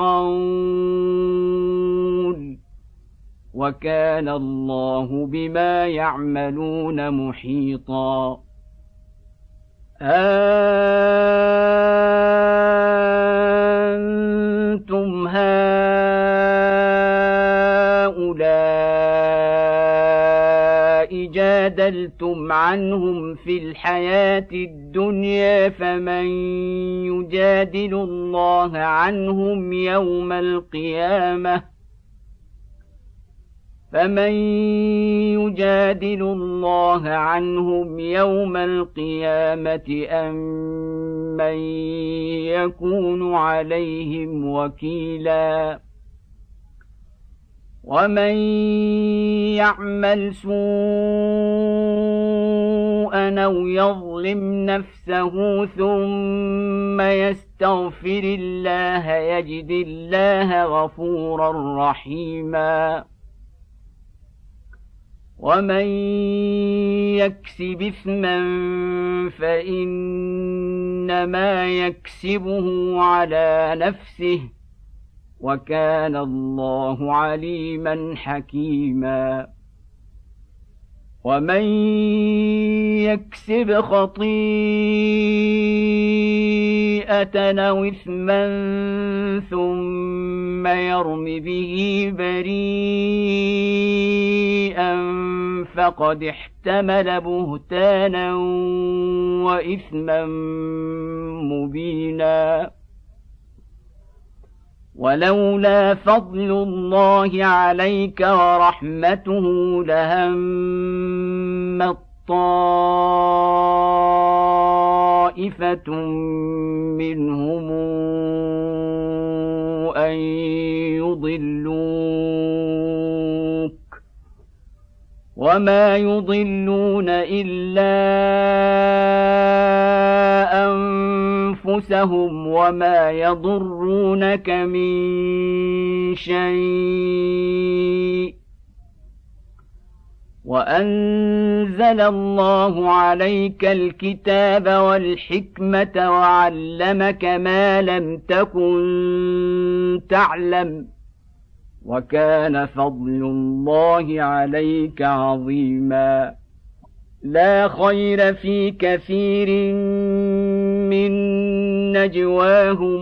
القول وكان الله بما يعملون محيطا أنتم هؤلاء جادلتم عنهم في الحياة الدنيا فمن يجادل الله عنهم يوم القيامة أم من يكون عليهم وكيلا ومن يعمل سوءا أو يظلم نفسه ثم يستغفر الله يجد الله غفورا رحيما ومن يكسب إثما فإنما يكسبه على نفسه وكان الله عليما حكيما ومن يكسب خطيئة أو إثما ثم يرم به بريئا فقد احتمل بهتانا وإثما مبينا ولولا فضل الله عليك ورحمته لهمت طائفة منهم أن يضلوك وما يضلون إلا أنفسهم وما يضرونك من شيء وأنزل الله عليك الكتاب والحكمة وعلمك ما لم تكن تعلم وكان فضل الله عليك عظيما لا خير في كثير من نجواهم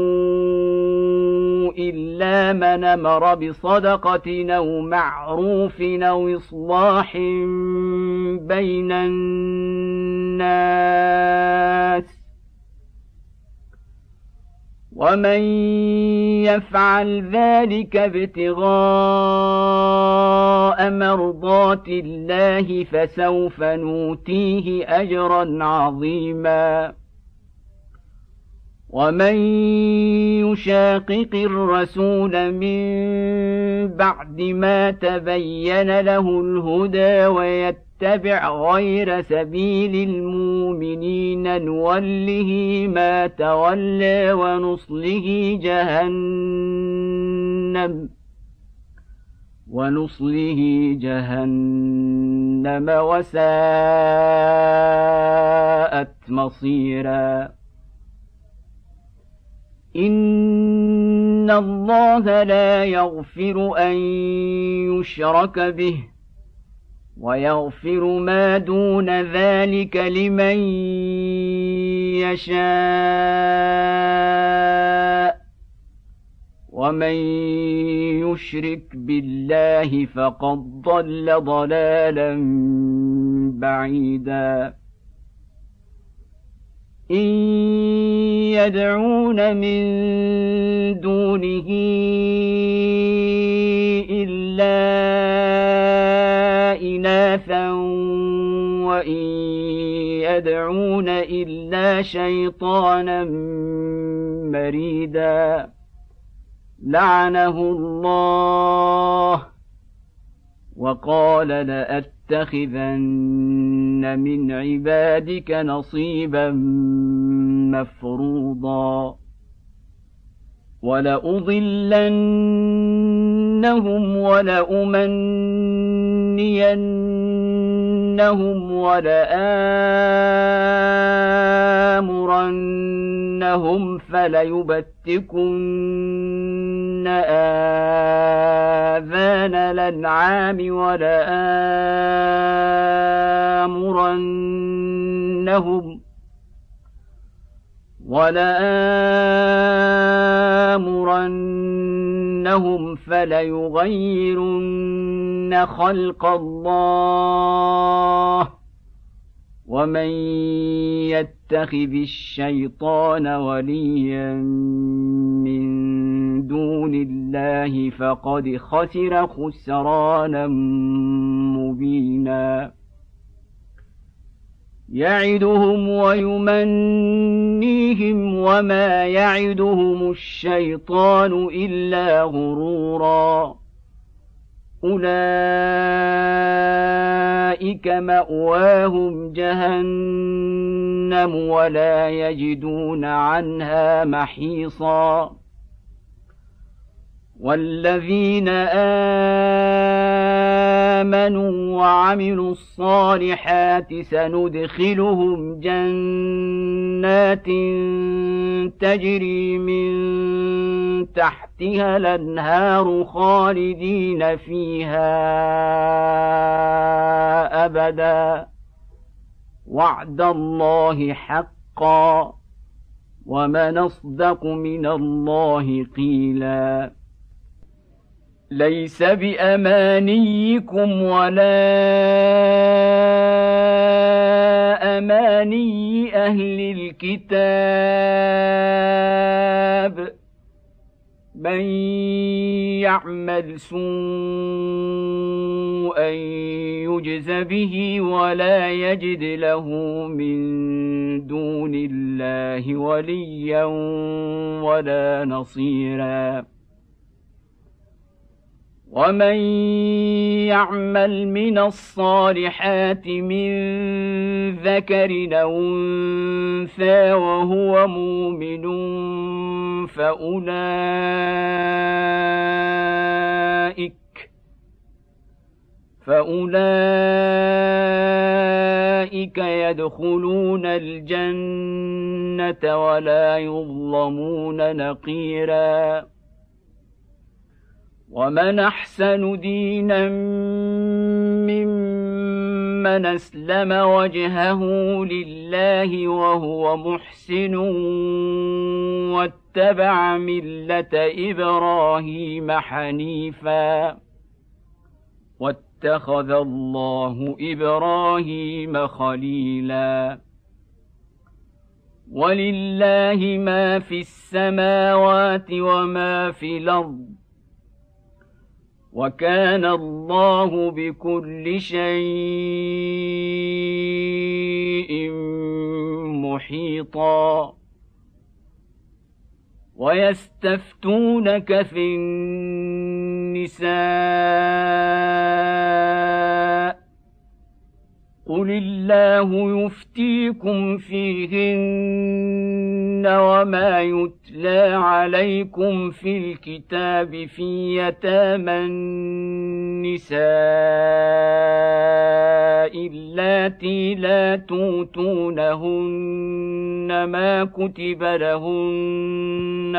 إلا من أمر بصدقة أو معروف أو إصلاح بين الناس ومن يفعل ذلك ابتغاء مرضات الله فسوف نؤتيه أجرا عظيما ومن يشاقق الرسول من بعد ما تبين له الهدى ويتبع غير سبيل المؤمنين نوله ما تولى ونصله جهنم وساءت مصيرا إن الله لا يغفر أن يشرك به ويغفر ما دون ذلك لمن يشاء ومن يشرك بالله فقد ضل ضلالا بعيدا إن يدعون من دونه إلا إناثا وإن يدعون إلا شيطانا مريدا لعنه الله وقال لأتخذن من عبادك نصيبا مفروضا ولأضلنهم ولأمنينهم ولآمرنهم فليبتكن آذان الأنعام ولآمرنهم فليغيرن خلق الله ومن يتخذ الشيطان وليا من دون الله فقد خسر خسرانا مبينا يعدهم ويمنيهم وما يعدهم الشيطان إلا غرورا أولئك مأواهم جهنم ولا يجدون عنها محيصا والذين آمنوا وعملوا الصالحات سندخلهم جنات تجري من تحتها الأنهار خالدين فيها أبدا وعد الله حقا ومن أصدق من الله قيلا ليس بأمانيكم ولا أماني أهل الكتاب من يعمل سوءا يجز به ولا يجد له من دون الله وليا ولا نصيرا ومن يعمل من الصالحات من ذكر أو أنثى وهو مؤمن فأولئك يدخلون الجنة ولا يظلمون نقيرا. ومن أحسن دينا ممن أسلم وجهه لله وهو محسن واتبع ملة إبراهيم حنيفا واتخذ الله إبراهيم خليلا. ولله ما في السماوات وما في الأرض وكان الله بكل شيء محيطا. ويستفتونك في النساء قل الله يفتيكم فيهن وما يتلى عليكم في الكتاب في يتامى النساء اللاتي لا توتونهن ما كتب لهن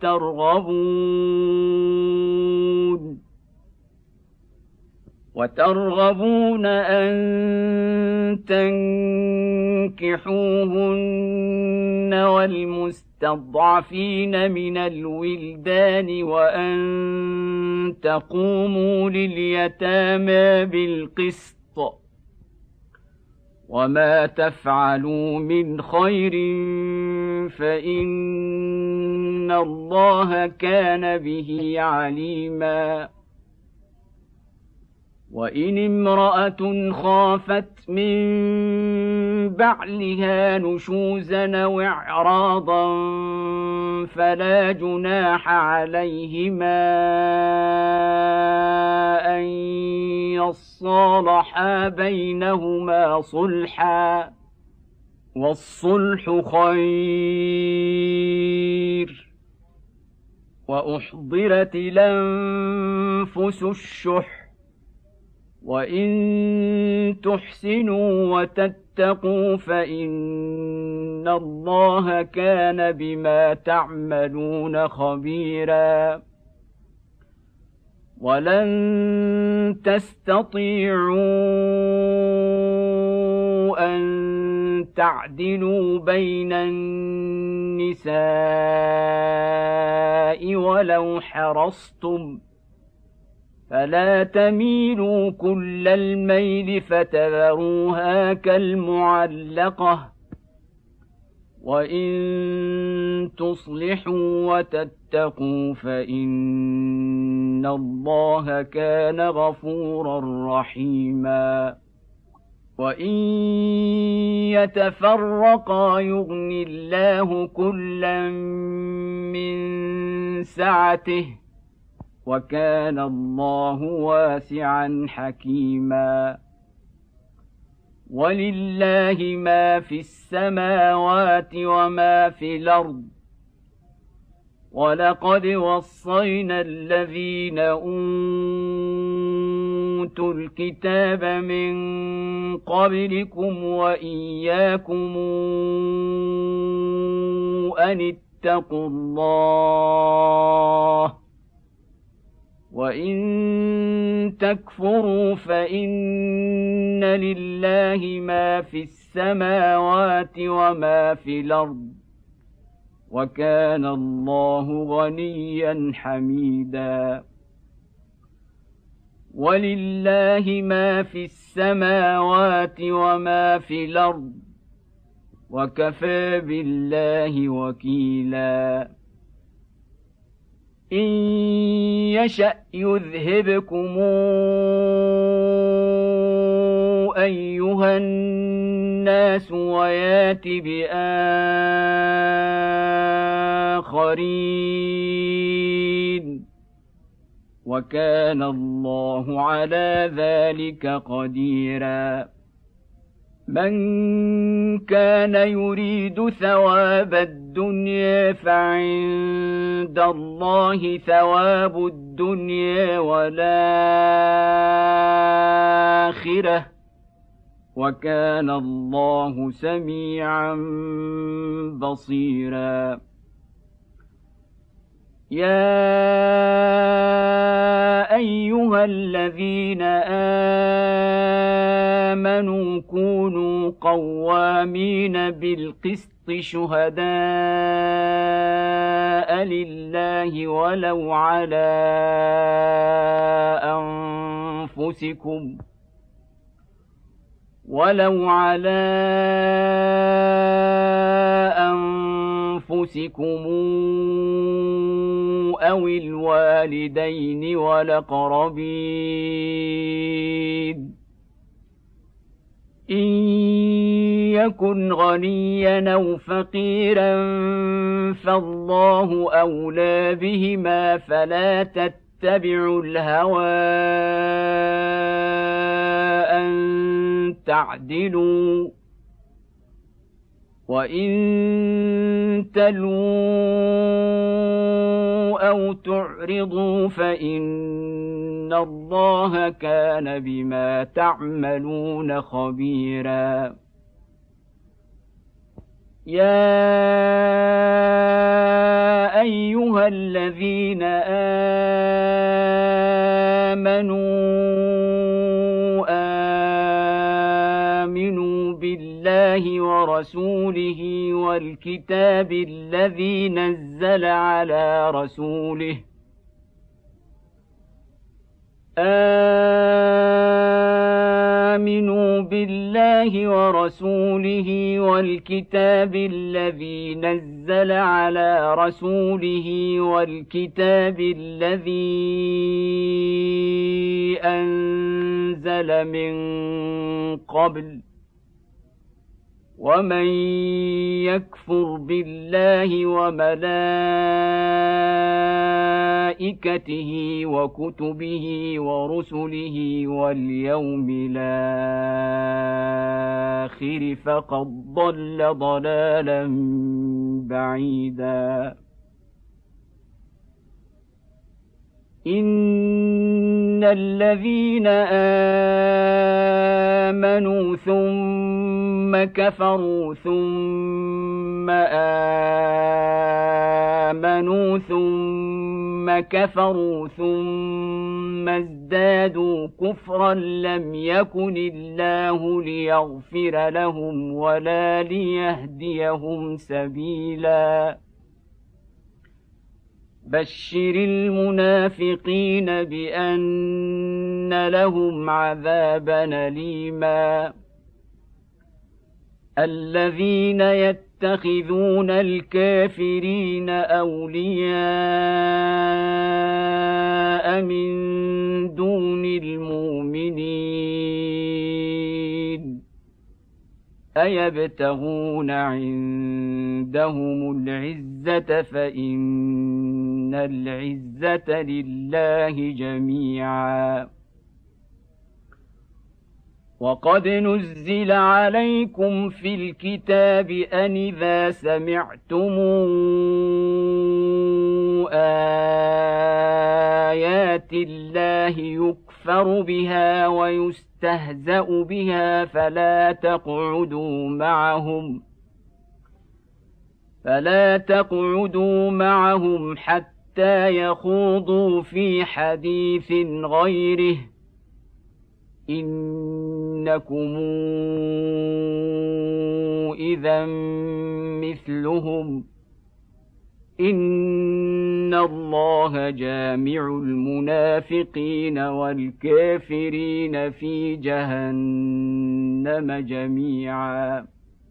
وترغبون أن تنكحوهن والمستضعفين من الولدان وأن تقوموا لليتامى بالقسط وما تفعلوا من خير فإن الله كان به عليما. وإن امرأة خافت من بعلها نشوزا أو إعراضا فلا جناح عليهما أن يصالحا بينهما صلحا والصلح خير. وأحضرت الأنفس الشح وإن تحسنوا وتتقوا فإن الله كان بما تعملون خبيرا. ولن تستطيعوا أن تعدلوا بين النساء ولو حرصتم فلا تميلوا كل الميل فتذروها كالمعلقة وإن تصلحوا وتتقوا فإن الله كان غفورا رحيما. وإن يتفرقا يغن الله كلا من سعته وكان الله واسعا حكيما. ولله ما في السماوات وما في الأرض ولقد وصينا الذين أوتوا الكتاب من قبلكم وإياكم أن اتقوا الله وإن تكفروا فإن لله ما في السماوات وما في الأرض وكان الله غنيا حميدا. ولله ما في السماوات وما في الأرض وكفى بالله وكيلا. إن يشأ يذهبكم أيها الناس ويات بآخرين وكان الله على ذلك قديرا من كان يريد ثواب الدنيا فعند الله ثواب الدنيا والآخرة وكان الله سميعا بصيرا يا أيها الذين آمنوا كونوا قوامين بالقسط شهداء لله ولو على أنفسكم أو الوالدين والأقربين إن يكن غنيا أو فقيرا فالله أولى بهما فلا تتبعوا الهوى أن تعدلوا وإن تلووا أو تعرضوا فإن الله كان بما تعملون خبيرا يا أيها الذين آمنوا بالله ورسوله والكتاب الذي نزل على رسوله آمنوا بالله ورسوله والكتاب الذي نزل على رسوله والكتاب الذي أنزل من قبل ومن يكفر بالله وملائكته وكتبه ورسله واليوم الآخر فقد ضل ضلالا بعيدا إن الذين آمنوا ثم كفروا ثم آمنوا ثم كفروا ثم ازدادوا كفرا لم يكن الله ليغفر لهم ولا ليهديهم سبيلا بشر المنافقين بأن لهم عذابا أليما الذين يتخذون الكافرين أولياء من دون المؤمنين أيبتغون عندهم العزة فإن العزة لله جميعا وقد نزل عليكم في الكتاب أن إذا سمعتم آيات الله يكفر بها ويستهزأ بها فلا تقعدوا معهم حتى يخوضوا في حديث غيره إنكم إذا مثلهم إن الله جامع المنافقين والكافرين في جهنم جميعا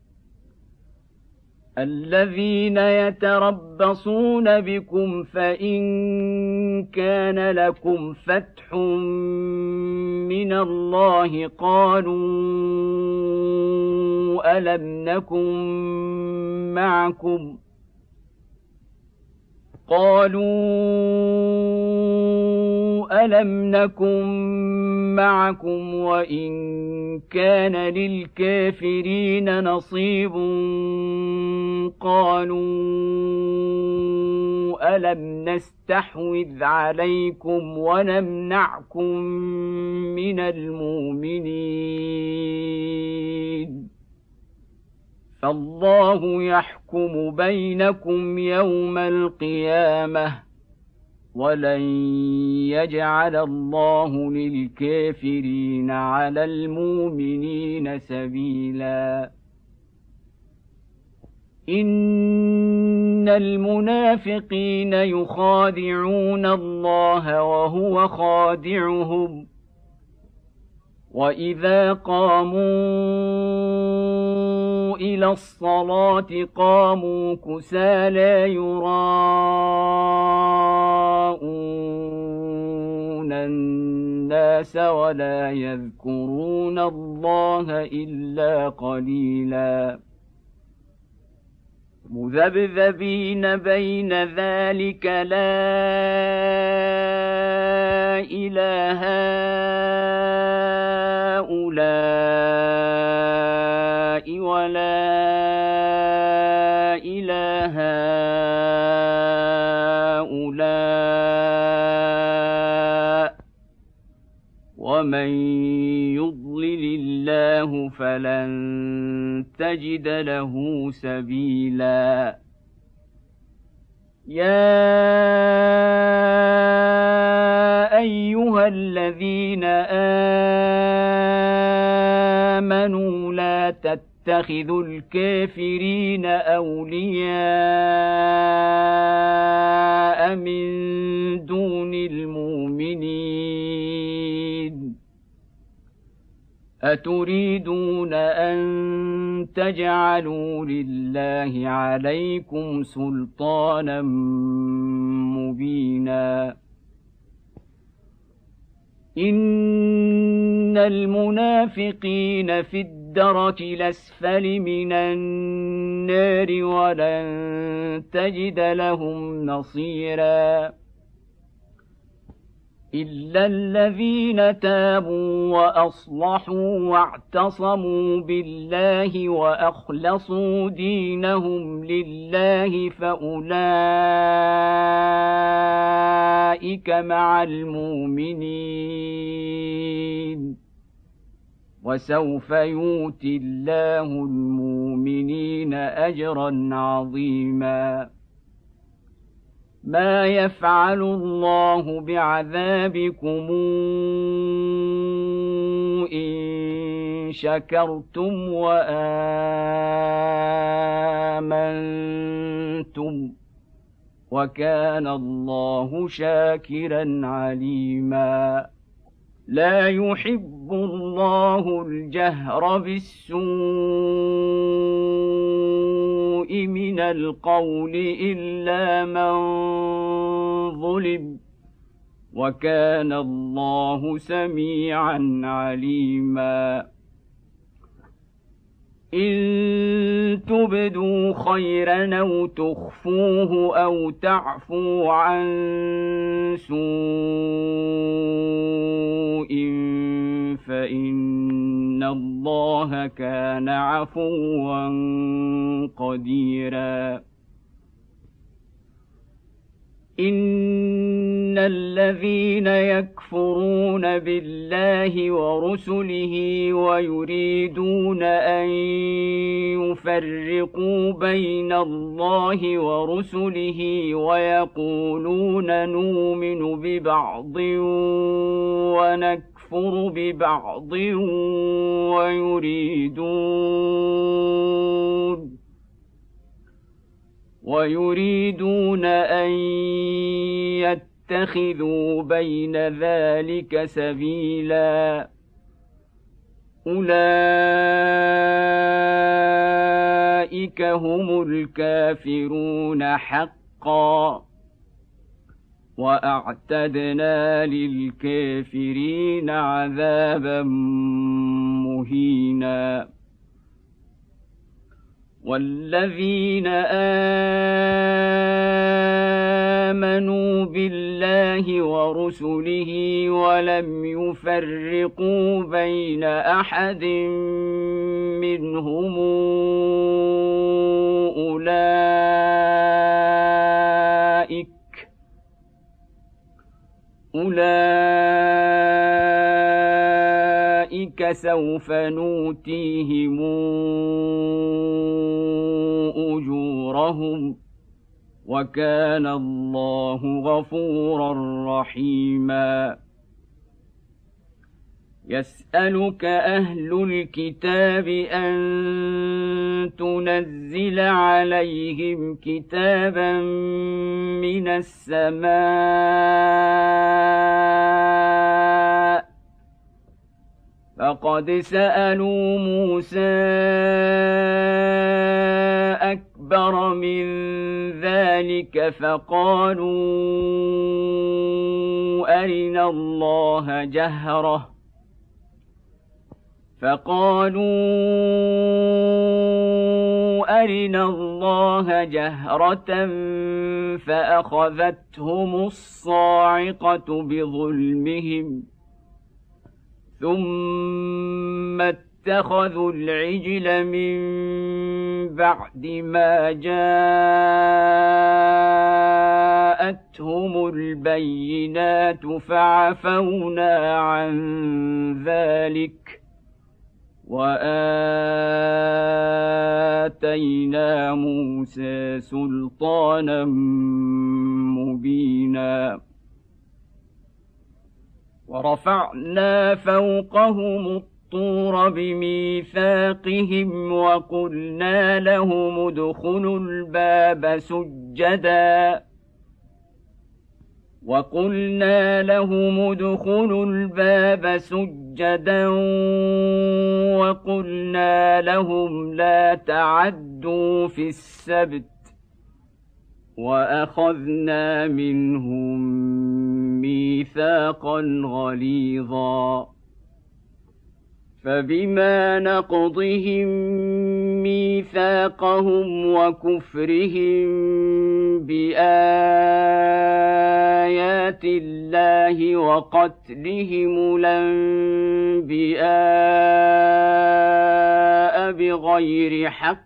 الذين يتربصون بكم فإن كان لكم فتح من الله قالوا ألم نكن معكم قالوا ألم نكن معكم وإن كان للكافرين نصيب قالوا ألم نستحوذ عليكم ونمنعكم من المؤمنين فالله يحكم بينكم يوم القيامة ولن يجعل الله للكافرين على المؤمنين سبيلا إن المنافقين يخادعون الله وهو خادعهم وإذا قاموا إلى الصلاة قاموا كسالى يراءون الناس ولا يذكرون الله إلا قليلا مذبذبين بين ذلك لا إله هؤلاء ولا إله هؤلاء ومن يضلل الله فلن تجد له سبيلا يا أيها الذين آمنوا لا تتخذوا الكافرين أولياء من دون المؤمنين أتريدون أن تجعلوا لله عليكم سلطانا مبينا إن المنافقين في الدرك الأسفل من النار ولن تجد لهم نصيرا إلا الذين تابوا وأصلحوا واعتصموا بالله وأخلصوا دينهم لله فأولئك مع المؤمنين وسوف يؤتي الله المؤمنين أجرا عظيما ما يفعل الله بعذابكم إن شكرتم وآمنتم وكان الله شاكرا عليما لا يحب الله الجهر بالسوء من القول إلا من ظلم وكان الله سميعا عليما إن تبدوا خيرا أو تخفوه أو تعفوا عن سوء فإن الله كان عفوا قديرا إن الذين يكفرون بالله ورسله ويريدون أن يفرقوا بين الله ورسله ويقولون نؤمن ببعض ونكفر ببعض ويريدون أن يتخذوا بين ذلك سبيلا أولئك هم الكافرون حقا وأعتدنا للكافرين عذابا مهينا والذين آمنوا بالله ورسله ولم يفرقوا بين أحد منهم أولئك سوف نؤتيهم أجورهم وكان الله غفورا رحيما. يسألك أهل الكتاب أن تنزل عليهم كتابا من السماء فقد سألوا موسى أكبر من ذلك فقالوا أرنا الله جهرة فأخذتهم الصاعقة بظلمهم ثم اتخذوا العجل من بعد ما جاءتهم البينات فعفونا عن ذلك وآتينا موسى سلطانا مبينا. ورفعنا فوقهم الطور بميثاقهم وقلنا لهم ادخلوا الباب سجدا وقلنا لهم لا تعدوا في السبت وأخذنا منهم ميثاقا غليظا. فبما نقضهم ميثاقهم وكفرهم بآيات الله وقتلهم الأنبياء بغير حق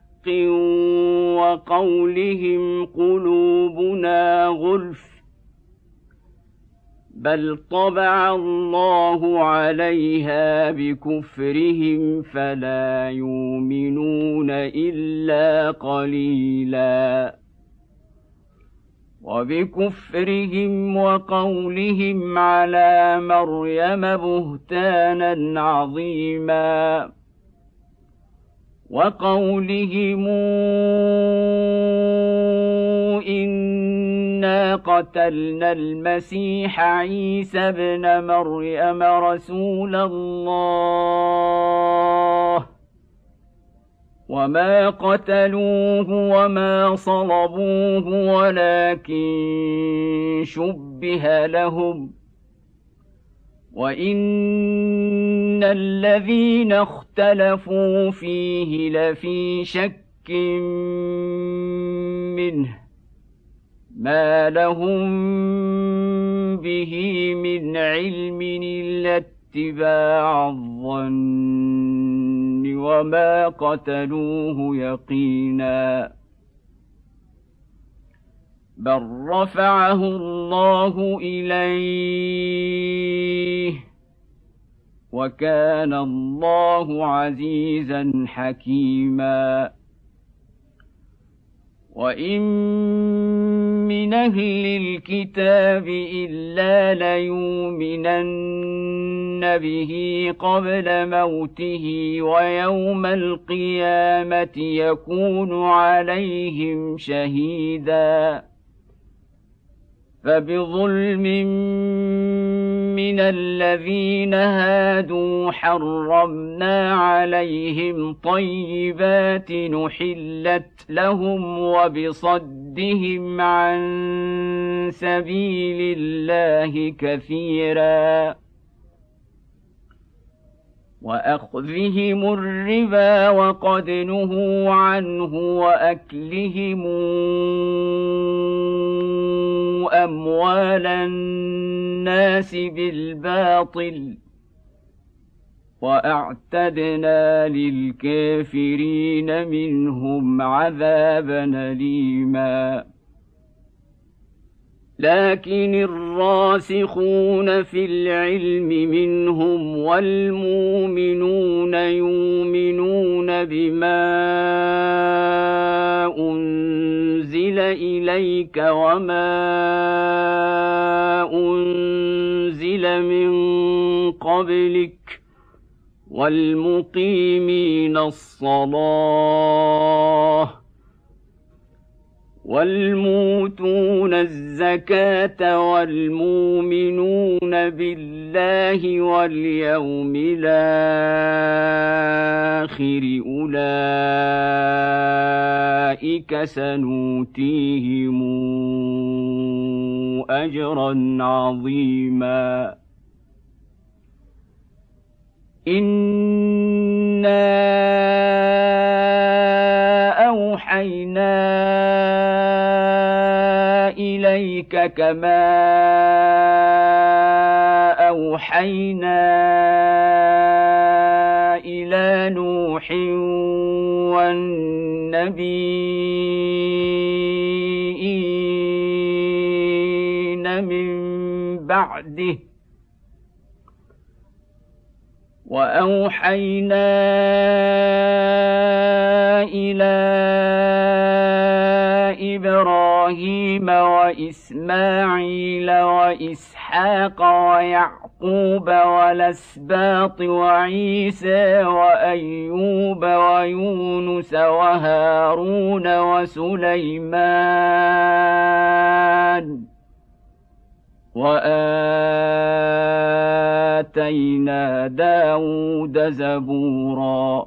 وقولهم قلوبنا غلف بل طبع الله عليها بكفرهم فلا يؤمنون إلا قليلا. وبكفرهم وقولهم على مريم بهتانا عظيما وقولهم إنا قتلنا المسيح عيسى ابن مريم رسول الله وما قتلوه وما صلبوه ولكن شبه لهم وإن الذين اختلفوا فيه لفي شك منه ما لهم به من علم إلا اتباع الظن وما قتلوه يقينا بل رفعه الله إليه وكان الله عزيزا حكيما. وإن من أهل الكتاب إلا ليؤمنن به قبل موته ويوم القيامة يكون عليهم شهيدا فبظلم من الذين هادوا حرمنا عليهم طيبات نحلت لهم وبصدهم عن سبيل الله كثيرا وأخذهم الربا وقد نهوا عنه وأكلهم أموال الناس بالباطل وأعتدنا للكافرين منهم عذابا أليما لكن الراسخون في العلم منهم والمؤمنون يؤمنون بما أنزل إليك وما أنزل من قبلك والمقيمين الصلاة والموتون الزكاة والمؤمنون بالله واليوم الآخر أولئك سنؤتيهم أجرا عظيما إنا أوحينا إليك كما أوحينا إلى نوح والنبيين من بعده وأوحينا إلى إبراهيم وإسماعيل وإسحاق ويعقوب والأسباط وعيسى وأيوب ويونس وهارون وسليمان وآتينا داود زبورا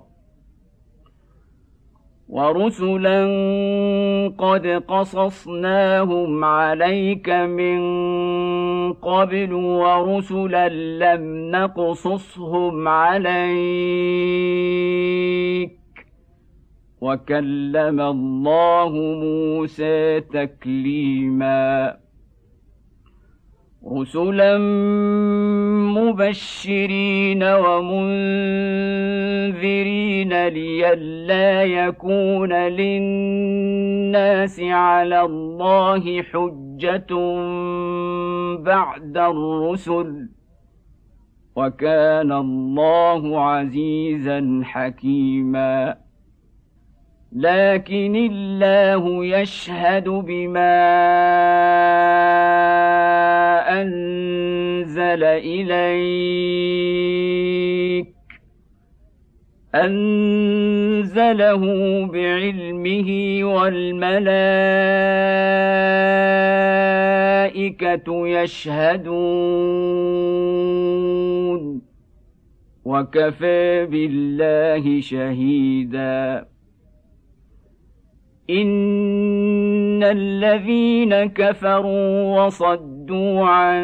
ورسلا قد قصصناهم عليك من قبل ورسلا لم نقصصهم عليك وكلم الله موسى تكليما رسلا مبشرين ومنذرين لئلا يكون للناس على الله حجة بعد الرسل وكان الله عزيزا حكيما لكن الله يشهد بما أنزل إليك أنزله بعلمه والملائكة يشهدون وكفى بالله شهيدا إن الذين كفروا وصدوا عن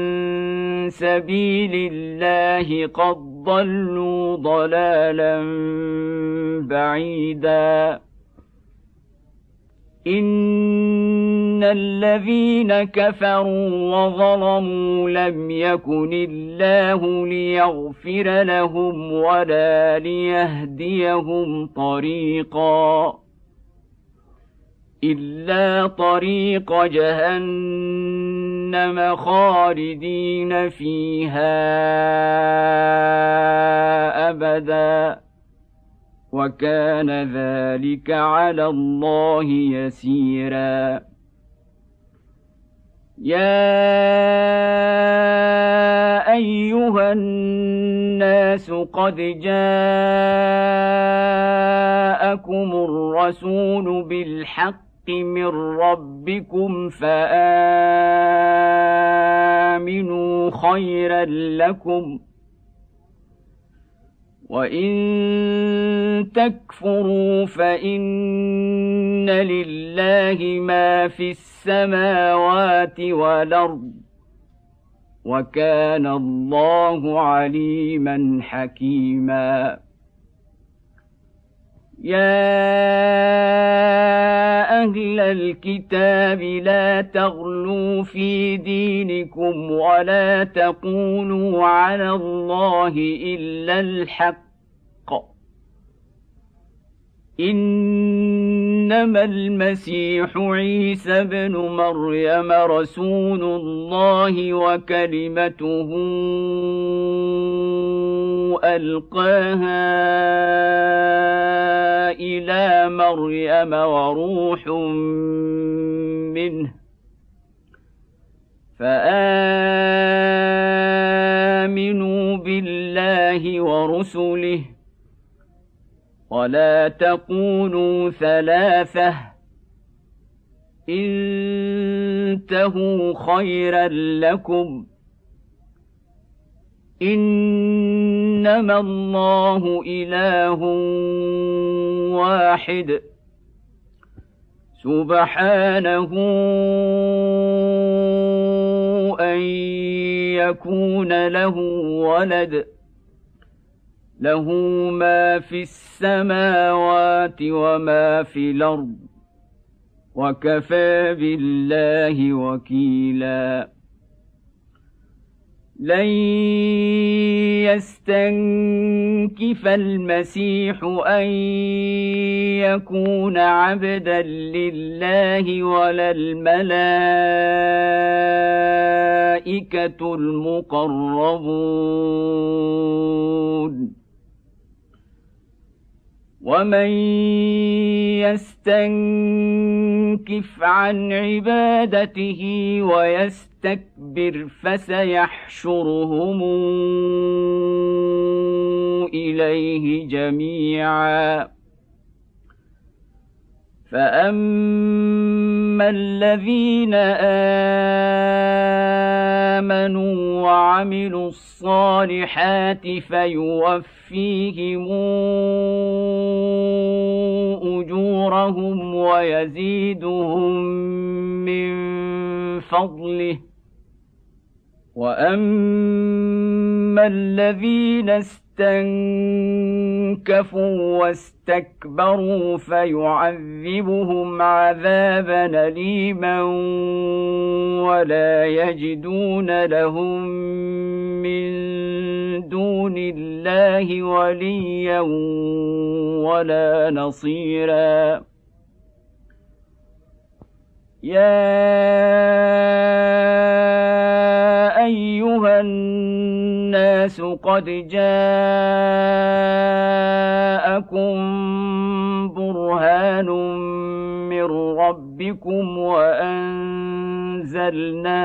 سبيل الله قد ضلوا ضلالا بعيدا إن الذين كفروا وظلموا لم يكن الله ليغفر لهم ولا ليهديهم طريقا إلا طريق جهنم خالدين فيها أبدا وكان ذلك على الله يسيرا يا أيها الناس قد جاءكم الرسول بالحق من ربكم فآمنوا خيرا لكم وإن تكفروا فإن لله ما في السماوات والأرض وكان الله عليما حكيما يا أهل الكتاب لا تغلوا في دينكم ولا تقولوا على الله إلا الحق، إنما المسيح عيسى بن مريم رسول الله وكلمته ألقاها إلى مريم وروح منه، فآمنوا بالله ورسله ولا تقولوا ثلاثة، انتهوا خيرا لكم، إنما الله إله واحد سبحانه أن يكون له ولد، له ما في السماوات وما في الأرض، وكفى بالله وكيلا. لن يستنكف المسيح أن يكون عبدا لله ولا الملائكة المقربون، ومن يستنكف عن عبادته ويستكبر فسيحشرهم إليه جميعا. فأما الذين آمنوا وعملوا الصالحات فيوفيهم أجورهم ويزيدهم من فضله، وأما الذين استنكفوا واستكبروا فيعذبهم عذابا أليما ولا يجدون لهم من دون الله وليا ولا نصيرا. يا أيها الناس قد جاءكم برهان من ربكم وأنزلنا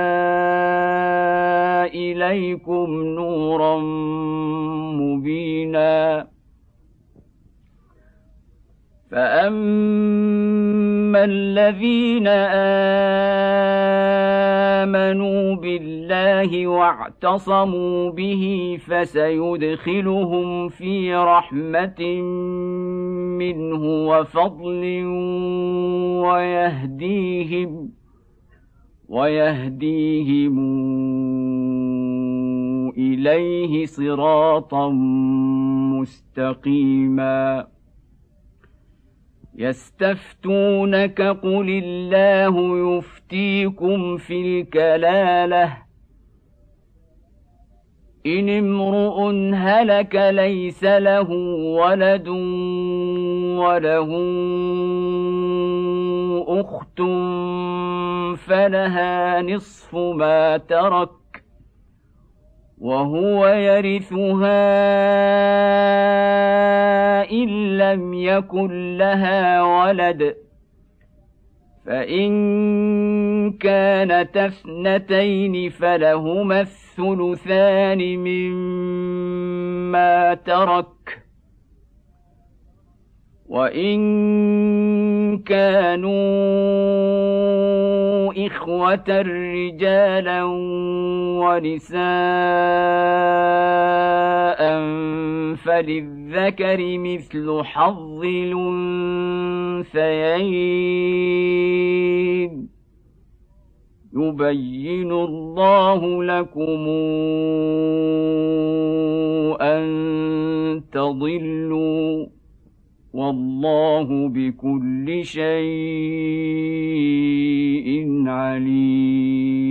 إليكم نورا مبينا. فأما الذين آمنوا بالله واعتصموا به فسيدخلهم في رحمة منه وفضل ويهديهم إليه صراطا مستقيما. يستفتونك قل الله يفتيكم في الكلالة إن امرؤ هلك ليس له ولد وله أخت فلها نصف ما ترك وهو يرثها إن لم يكن لها ولد، فإن كانتا اثنتين فلهما الثلثان مما ترك، وإن كانوا إخوة رجالا ونساء فللذكر مثل حظ الأنثيين يبين الله لكم أن تضلوا والله بكل شيء عليم.